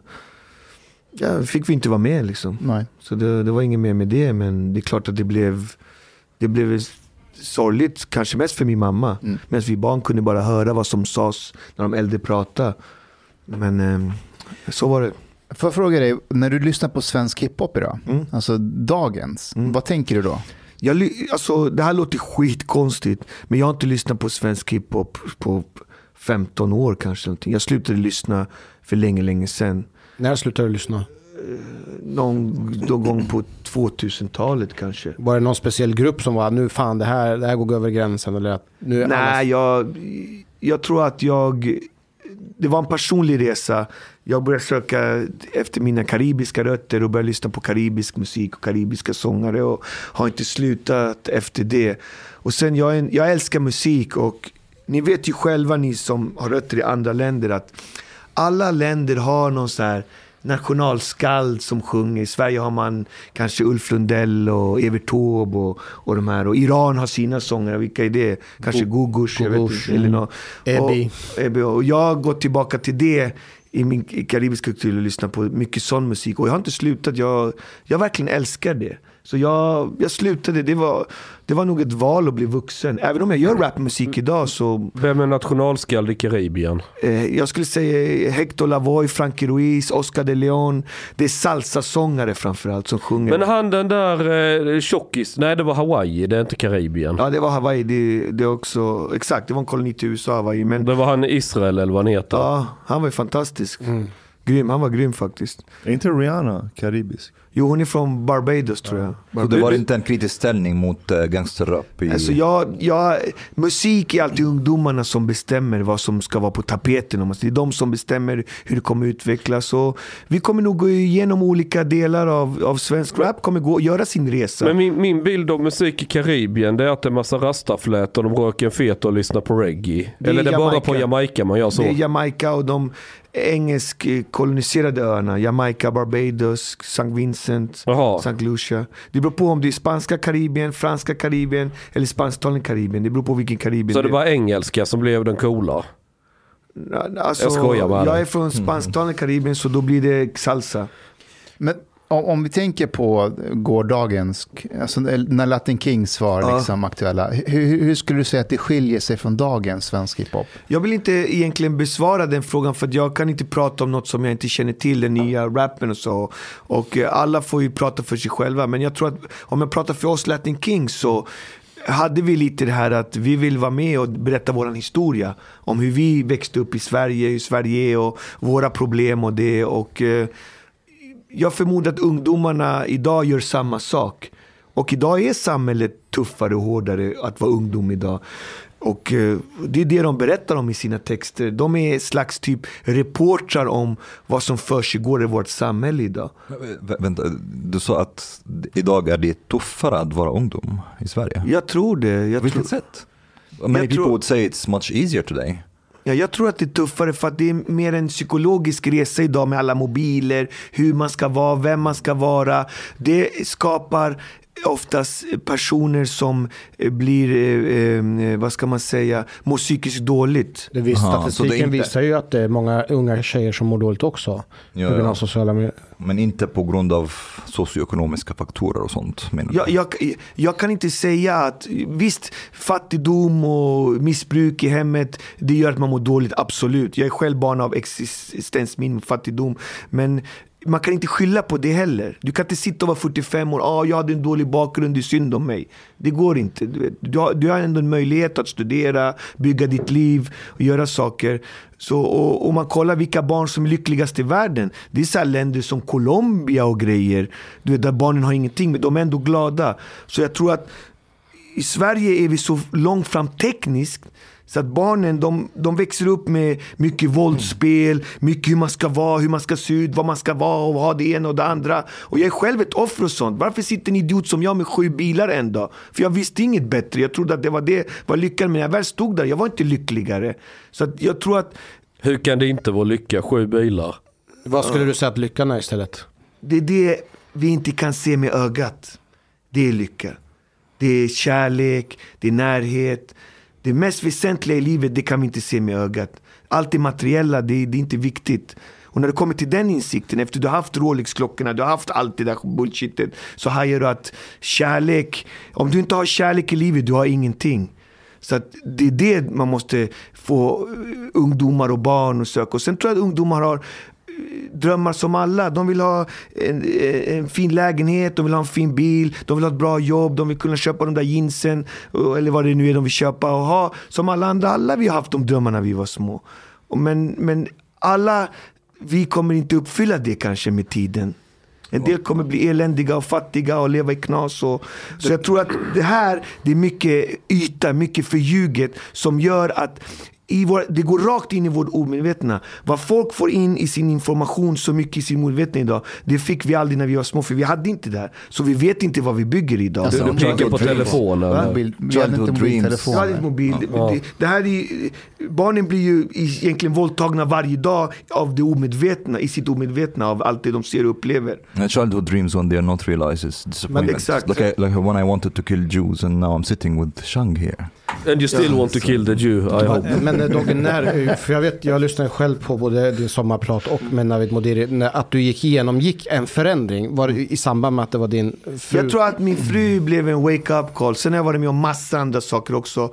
Ja, fick vi inte vara med liksom. Nej. Så det, det var inget mer med det, men det är klart att det blev det blev sorgligt, kanske mest för min mamma. Mm. Medan vi barn kunde bara höra vad som sades när de äldre pratade. Men eh, så var det. Får jag fråga dig, när du lyssnar på svensk hiphop idag, mm. alltså dagens, mm. vad tänker du då? Jag, alltså, det här låter skitkonstigt, men jag har inte lyssnat på svensk hiphop på femton år kanske. Någonting. Jag slutade lyssna för länge, länge sedan. När slutade du lyssna? Någon, någon gång på tvåtusentalet kanske. Var det någon speciell grupp som var, nu fan det här, det här går över gränsen? Eller att nu är Nej, alla... jag, jag tror att jag... Det var en personlig resa. Jag började söka efter mina karibiska rötter och började lyssna på karibisk musik och karibiska sångare och har inte slutat efter det. Och sen jag, en, jag älskar musik och ni vet ju själva, ni som har rötter i andra länder, att alla länder har någon så här nationalskald som sjunger. I Sverige har man kanske Ulf Lundell och Evert Taube och, och de här. Och Iran har sina sångare. Vilka är det? Kanske Gugush, jag vet inte. Eller något. Ebi. Och, Ebi. Och jag har gått tillbaka till det i min karibiska kultur och lyssnat på mycket sån musik. Och jag har inte slutat. Jag, jag verkligen älskar det. Så jag, jag slutade. Det var, det var nog ett val att bli vuxen. Även om jag gör rapmusik idag så... Vem är nationalskald i Karibien? Eh, jag skulle säga Hector Lavoe, Frankie Ruiz, Oscar de Leon. Det är salsa-sångare framförallt som sjunger. Men han den där eh, tjockis, nej det var Hawaii, det är inte Karibien. Ja, det var Hawaii, det, det är också, exakt, det var en koloni till U S A, Hawaii. Men, det var han Israel eller vad han heter. Ja, han var ju fantastisk. Mm. Grym, han var grym faktiskt. Är inte Rihanna karibisk? Jo, hon är från Barbados tror jag. Så det var inte en kritisk ställning mot uh, gangsterrap? I... Alltså jag, jag, musik är alltid ungdomarna som bestämmer vad som ska vara på tapeten. Det är de som bestämmer hur det kommer utvecklas. Och vi kommer nog gå igenom olika delar av, av svensk rap, kommer gå göra sin resa. Men min, min bild av musik i Karibien, det är att det är massa rastaflät och de röker en fet och lyssnar på reggae. Det Eller det är Jamaica. Bara på Jamaica man gör så. Det är Jamaica och de engelsk koloniserade öarna. Jamaica, Barbados, Saint Vincent, Aha. Saint Lucia. Det beror på om det är spanska Karibien, franska Karibien eller spansktalande Karibien. Det beror på vilken Karibien. Så det var engelska som blev den coola? Alltså, jag skojar bara. Jag är från spansktalande Karibien så då blir det salsa. Men om vi tänker på gårdagens, alltså när Latin Kings var ja. liksom aktuella, hur, hur skulle du säga att det skiljer sig från dagens svensk hiphop? Jag vill inte egentligen besvara den frågan för att jag kan inte prata om något som jag inte känner till, den nya rappen och så. Och alla får ju prata för sig själva, men jag tror att om jag pratar för oss Latin Kings så hade vi lite det här att vi vill vara med och berätta vår historia om hur vi växte upp i Sverige, hur Sverige är och våra problem och det och jag förmodar att ungdomarna idag gör samma sak. Och idag är samhället tuffare och hårdare att vara ungdom idag. Och eh, det är det de berättar om i sina texter. De är slags typ reportrar om vad som försiggår i vårt samhälle idag. Vä- vänta, du sa att idag är det tuffare att vara ungdom i Sverige. Jag tror det. Jag Vilket tror... sätt? Many jag people tror... would say it's much easier today. Ja, jag tror att det är tuffare för att det är mer en psykologisk resa idag med alla mobiler, hur man ska vara, vem man ska vara. Det skapar oftast personer som blir, eh, vad ska man säga, mår psykiskt dåligt. Det visst, Aha, statistiken det inte... visar ju att det är många unga tjejer som mår dåligt också. Ja, på grund av ja. sociala medier. Men inte på grund av socioekonomiska faktorer och sånt. Menar jag, jag, jag kan inte säga att visst, fattigdom och missbruk i hemmet, det gör att man mår dåligt, absolut. Jag är själv barn av existensminimum, fattigdom, men man kan inte skylla på det heller. Du kan inte sitta och vara fyrtiofem år, ah, jag hade en dålig bakgrund, det är synd om mig. Det går inte. Du har, du har ändå en möjlighet att studera, bygga ditt liv och göra saker. Så, och, och man kollar vilka barn som är lyckligast i världen. Det är så här länder som Colombia och grejer, du vet, där barnen har ingenting, men de är ändå glada. Så jag tror att i Sverige är vi så långt fram tekniskt så att barnen, de, de växer upp med mycket våldsspel, mycket hur man ska vara, hur man ska se ut, vad man ska vara och ha det ena och det andra. Och jag är själv ett offer och sånt. Varför sitter en idiot som jag med sju bilar en dag? För jag visste inget bättre. Jag trodde att det var det var lyckan, men när jag väl stod där, jag var inte lyckligare. Så att jag tror att... Hur kan det inte vara lycka? Sju bilar. Vad skulle du säga att lyckan är istället? Det är det vi inte kan se med ögat. Det är lycka. Det är kärlek, det är närhet. Det mest väsentliga i livet, det kan vi inte se med ögat. Allt det materiella, det, det är inte viktigt. Och när du kommer till den insikten, efter du har haft Rolex-klockorna, du har haft allt det där bullshitet, så hajar du att kärlek, om du inte har kärlek i livet, du har ingenting. Så att det är det man måste få ungdomar och barn att söka. Och sen tror jag att ungdomar har drömmar som alla. De vill ha en, en fin lägenhet, de vill ha en fin bil, de vill ha ett bra jobb, de vill kunna köpa de där jeansen eller vad det nu är de vill köpa och ha. Som alla andra, alla vi har haft de drömmarna vi var små. Men, men alla, vi kommer inte uppfylla det kanske med tiden. En del kommer bli eländiga och fattiga och leva i knas. Och, så jag tror att det här, det är mycket yta, mycket förljuget som gör att i vår, det går rakt in i vårt omedvetna. Vad folk får in i sin information så mycket i sin omedvetna idag, det fick vi aldrig när vi var små, för vi hade inte det här. Så vi vet inte vad vi bygger idag. Alltså, du tänker på telefonen. Vi hade inte mobiltelefon. Ja, det, mobil. Ja. Det, det här är, barnen blir ju egentligen våldtagna varje dag av det omedvetna, i sitt omedvetna, av allt det de ser och upplever. Childhood dreams when they are not realizes disappointment. Exakt. Like, I, like when I wanted to kill Jews and now I'm sitting with Shang here. And you still ja, want to kill the Jew, I hope. Men Dogge, när, för jag vet, jag lyssnade själv på både din sommarprat och med Navid Modiri, när, att du gick igenom, gick en förändring, var det i samband med att det var din fru? Jag tror att min fru blev en wake-up call. Sen har jag varit med om massa andra saker också.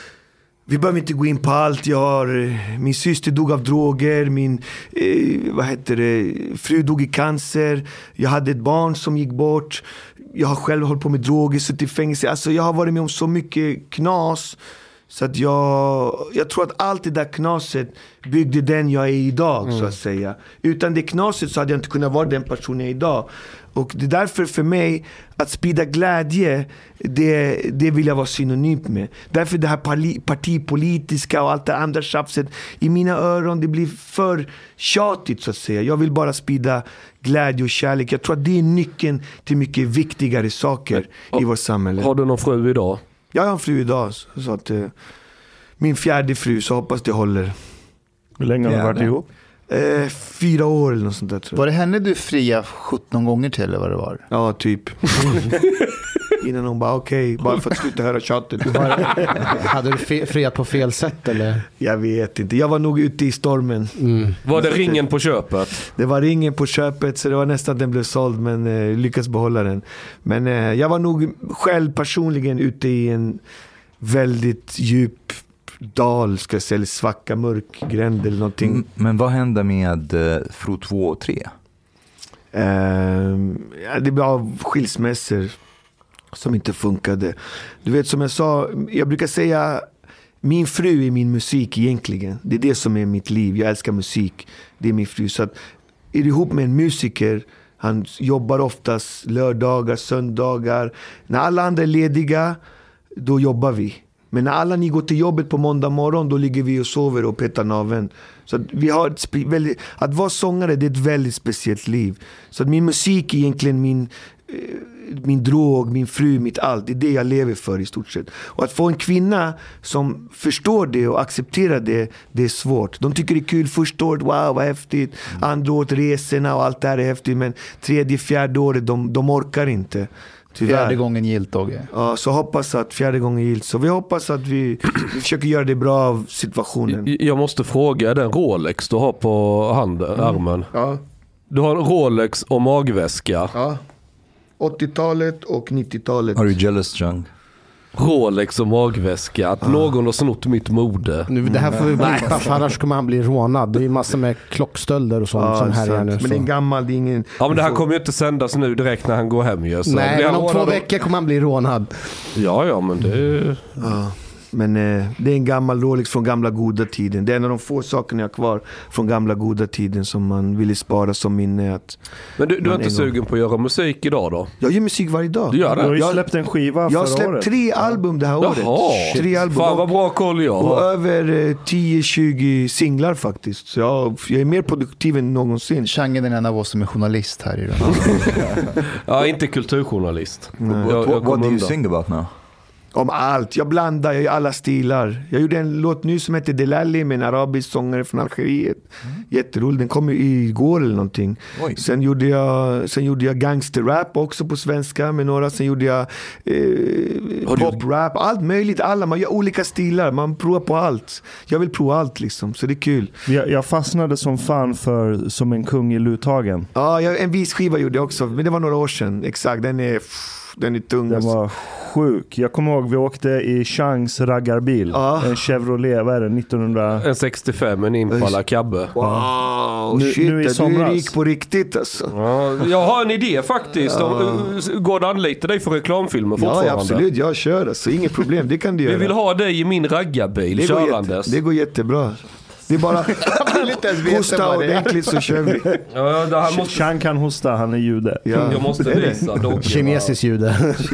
Vi behöver inte gå in på allt. Jag har, min syster dog av droger, min eh, vad heter det, fru dog i cancer. Jag hade ett barn som gick bort. Jag har själv hållit på med droger, suttit i fängelse. Alltså jag har varit med om så mycket knas Så att jag, jag tror att allt det där knaset byggde den jag är idag, mm. så att säga. Utan det knaset så hade jag inte kunnat vara den person jag är idag. Och det är därför för mig att sprida glädje, det, det vill jag vara synonymt med. Därför det här partipolitiska och allt det andra tjafset i mina öron, det blir för tjatigt så att säga. Jag vill bara sprida glädje och kärlek. Jag tror att det är nyckeln till mycket viktigare saker och, i vårt samhälle. Har du någon fru idag? Jag har en fru idag, så att eh, min fjärde fru, så hoppas det håller. Hur länge har du varit ihop? Eh, fyra år eller något sånt där, tror jag. Var det henne du fria sjutton gånger till eller vad det var? Ja, typ. Innan hon bara okej, okay, bara för att sluta höra tjatet. Hade du fe- friat på fel sätt eller? Jag vet inte, jag var nog ute i stormen. Mm. Var det ringen på köpet? Det var ringen på köpet, så det var nästan att den blev såld, men eh, lyckas behålla den. Men eh, jag var nog själv personligen ute i en väldigt djup dal, ska jag säga, eller svacka, mörk gränd eller någonting. Mm, men vad hände med uh, fru två och tre? Uh, ja, det blev skilsmässor som inte funkade. Du vet, som jag sa, jag brukar säga min fru är min musik egentligen. Det är det som är mitt liv. Jag älskar musik. Det är min fru. Så att är du ihop med en musiker, han jobbar oftast lördagar, söndagar. När alla andra är lediga, då jobbar vi. Men när alla ni går till jobbet på måndag morgon, då ligger vi och sover och petar naveln. Så att vi har ett spe- väldigt, att vara sångare, det är ett väldigt speciellt liv. Så att min musik är egentligen min, min drog, min fru, mitt allt. Det är det jag lever för i stort sett. Och att få en kvinna som förstår det och accepterar det, det är svårt. De tycker det är kul första året, wow vad häftigt. Andra året, resorna och allt det här är häftigt. Men tredje, fjärde året, de, de orkar inte. Tyvärr. Fjärde gången gilt, Dogge. Ja, så hoppas att fjärde gången gilt. Så vi hoppas att vi, vi försöker göra det bra av situationen. Jag måste fråga, den Rolex du har på handen, mm. armen. Ja. Du har en Rolex och magväska. Ja. åttiotalet och nittiotalet. Are you jealous, Jung? Rolex och magväska. Att ah. någon har snott mitt mode. Nu, det här får vi bara, för annars kommer han bli rånad. Det är massor med klockstölder och sånt ah, som här är nu. Men det är en gammal, det är ingen... Ja, men det här kommer ju inte sändas nu direkt när han går hem. Ju, så nej, men om två veckor kommer han bli rånad. Ja, ja, men det... Ja. Men eh, det är en gammal Rolex från gamla goda tiden. Det är en av de få sakerna jag har kvar från gamla goda tiden som man ville spara som minne. Att men du, du är inte sugen gång... på att göra musik idag då? Jag gör musik varje dag. Du gör det? Du har ju jag, släppt en skiva Jag har förra släppt året. tre album det här Jaha, året. Tre album. Fan vad bra koll jag har. Och över eh, tio tjugo singlar faktiskt. Så jag, jag är mer produktiv än någonsin. Chang är den enda av oss som är journalist här idag. Ja, inte kulturjournalist. Jag, jag what what do you sing about now? Om allt. Jag blandar i alla stilar. Jag gjorde en låt nu som heter Delali med en arabisk sångare från Algeriet. Mm. Jätterolig. Den kom igår eller någonting. Sen gjorde jag sen gjorde jag gangsterrap också på svenska med några. Sen gjorde jag eh, poprap. Allt möjligt. Alla. Man gör olika stilar. Man provar på allt. Jag vill prova allt liksom. Så det är kul. Jag, jag fastnade som fan för Som en kung i Luthagen. Ja, jag, en vis skiva gjorde jag också. Men det var några år sedan. Exakt. Den är... Den är tung. Den var sjuk. Jag kommer ihåg vi åkte i Changs raggarbil. Ja. En Chevrolet, vad är det? nittonhundra... En sextiofem, en Impala Cabbe. Wow, nu, shit, nu du är rik på riktigt alltså. Ja, jag har en idé faktiskt. Ja. Går det anlita dig för reklamfilmer fortfarande? Ja, absolut. Jag kör alltså. Inget problem, det kan du göra. Vi vill ha dig i min raggarbil det körandes. Jätte, det går jättebra. Det är bara hosta ordentligt så kör vi. Ja, det här måste... Chang kan hosta, han är jude. Ja. Jag måste visa dock. Kinesisk jude.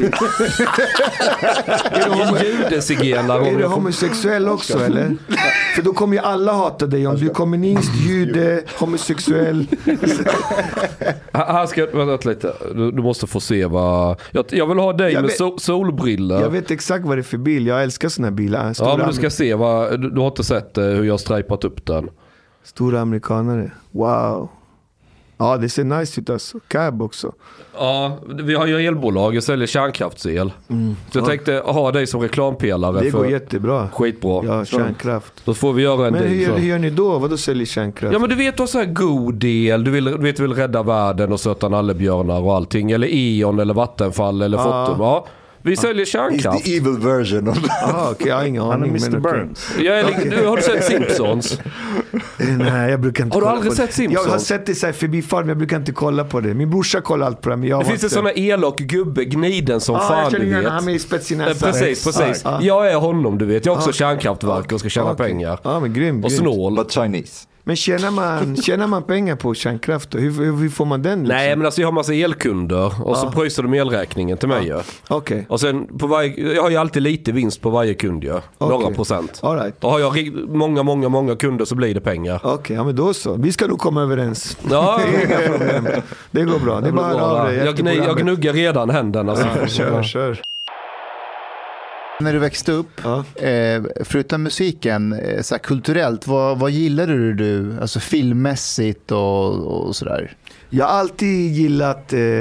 Är du judezigenare? Är du homosexuell också eller? För då kommer ju alla hata dig om du är kommunist, jude, homosexuell. Här ska jag vänta lite. Du, du måste få se vad jag, jag vill ha dig jag med vet, sol, solbriller. Jag vet exakt vad det är för bil. Jag älskar såna här bilar. Stora ja, men du ska se vad du, du har inte sett uh, hur jag stripat upp den. Stora amerikanare. Wow. Ja, det ser nice ut alltså. Cab också. Ja, vi har ju elbolag och säljer kärnkraftsel. Mm. Så jag ja. tänkte ha dig som reklampelare. Det för går jättebra. Skitbra. Ja, kärnkraft. Då får vi göra en men del. Men hur, hur gör ni då? Vad då säljer kärnkraft? Ja, men du vet du har så här god del. Du vill, du vet, du vill rädda världen och söta nallebjörnar och allting. Eller E O N eller Vattenfall eller ah. Fortum. Ja. Vi säljer kärnkraft. He's the evil version of Ah, okay, jag har ingen Han är aning. mister men okej. Burns. Jag är, li- du, har du sett Simpsons? Nej, jag brukar inte Har du kolla aldrig på sett det. Simpsons? Jag har sett det så här förbifarten, men jag brukar inte kolla på det. Min brorsa kollar allt på det, men jag Det har finns en inte. sån här elak gubbe, gniden som Ja, fan, jag känner du igen vet. han med spets i Eh, näsan. Precis, precis. Ja, ja. Jag är honom, du vet. Jag är också Ja. kärnkraftverk och ska tjäna Okej. pengar. Ja, men grym, Och grymt. snål. but Chinese. Men tjänar man, tjänar man pengar på kärnkraft då? Hur, hur, hur får man den? Liksom? Nej, men alltså jag har massa elkunder och så Ja. pröjsar de elräkningen till mig. Ja. Okej. Och sen på varje, jag har ju alltid lite vinst på varje kund, ja. Några Okej. procent. All right. Och har jag ri- många, många, många kunder så blir det pengar. Okej, ja men då så. Vi ska nog komma överens. Ja, Inga problem. Det går bra. Det är bara att höra av dig jag, efter gni, jag programmet. gnuggar redan händerna. Alltså. Ja, kör, kör. När du växte upp, Ja. eh, förutom musiken, eh, så här kulturellt, vad, vad gillade du? Alltså filmmässigt och, och sådär. Jag har alltid gillat, eh,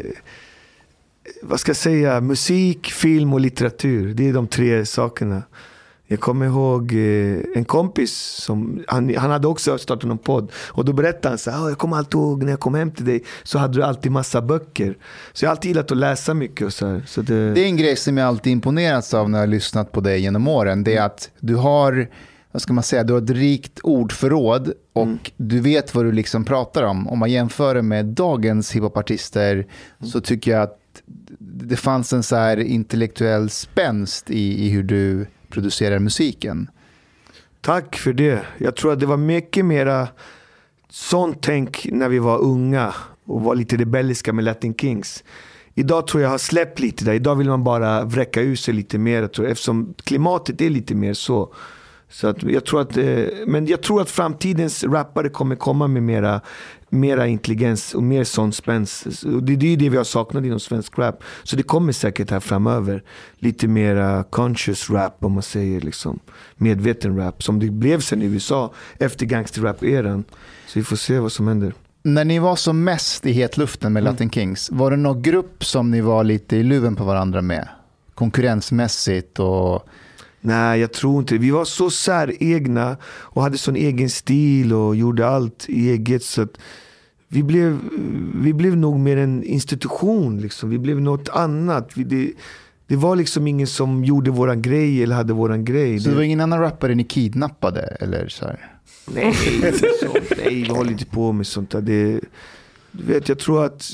vad ska jag säga, musik, film och litteratur. Det är de tre sakerna. Jag kommer ihåg eh, en kompis, som, han, han hade också startat någon podd. Och då berättade han så här, jag kommer alltid ihåg när jag kom hem till dig så hade du alltid massa böcker. Så jag har alltid gillat att läsa mycket och så här. Så det... Det är en grej som jag alltid imponerats av när jag har lyssnat på dig genom åren. Det är att du har, vad ska man säga, du har ett rikt ordförråd och Mm. du vet vad du liksom pratar om. Om man jämför det med dagens hiphopartister Mm. så tycker jag att det fanns en så här intellektuell spänst i, i hur du producerar musiken. Tack för det. Jag tror att det var mycket mera sånt tänk när vi var unga och var lite rebelliska med Latin Kings. Idag tror jag har släppt lite där. Idag vill man bara vräcka ut sig lite mer, tror jag, eftersom klimatet är lite mer så. Så att jag tror att, eh, men jag tror att framtidens rappare kommer komma med mera, mera intelligens och mer sån spänst. Och det, det är ju det vi har saknat inom svensk rap. Så det kommer säkert här framöver. Lite mera conscious rap, om man säger liksom. Medveten rap, som det blev sen i U S A efter gangsterrap-eran. Så vi får se vad som händer. När ni var som mest i hetluften med Latin Kings, var det någon grupp som ni var lite i luven på varandra med? Konkurrensmässigt och... Nej, jag tror inte det. Vi var så säregna och hade sån egen stil och gjorde allt eget. Så att vi, blev, vi blev nog mer en institution. Liksom. Vi blev något annat. Vi, det, det var liksom ingen som gjorde våran grej eller hade våran grej. Så det var ingen annan rappare ni kidnappade? Eller så här? Nej, sånt. Nej, vi håller inte på med sånt där. Det, du vet, jag tror att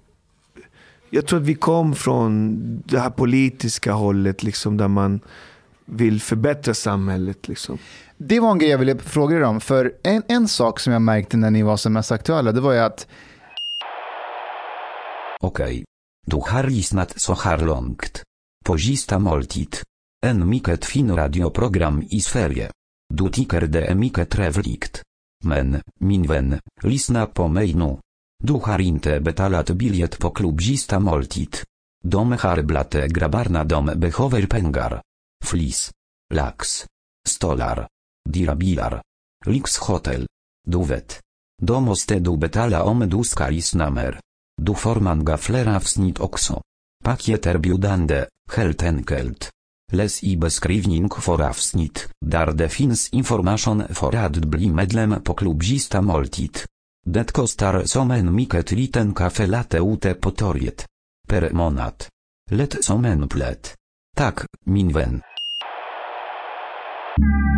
jag tror att vi kom från det här politiska hållet liksom, där man vill förbättra samhället liksom. Det var en grej jag ville fråga er om. För en, en sak som jag märkte när ni var som mest aktuella, det var ju att... Okej. Du har lyssnat så här långt. På Sista måltid. En mycket fin radioprogram i Sverige. Du tycker det är mycket trevligt. Men, min vän, lyssna på mig nu. Du har inte betalat biljett på klubb Sista måltid. De har blate grabbarna de behöver pengar. Flis. Lax. Stolar. Dirabilar. Lyxhotel. Du vet. Då måste du betala om du ska lyssna mer. Du får många fler avsnitt också. Paket erbjudande, helt enkelt. Läs i beskrivning för avsnitt, där det finns information för att bli medlem på klubb Sista måltid. Det kostar som en mycket liten kaffe latte ute på torget. Per månad. Lätt som en plätt. Tack, min vän.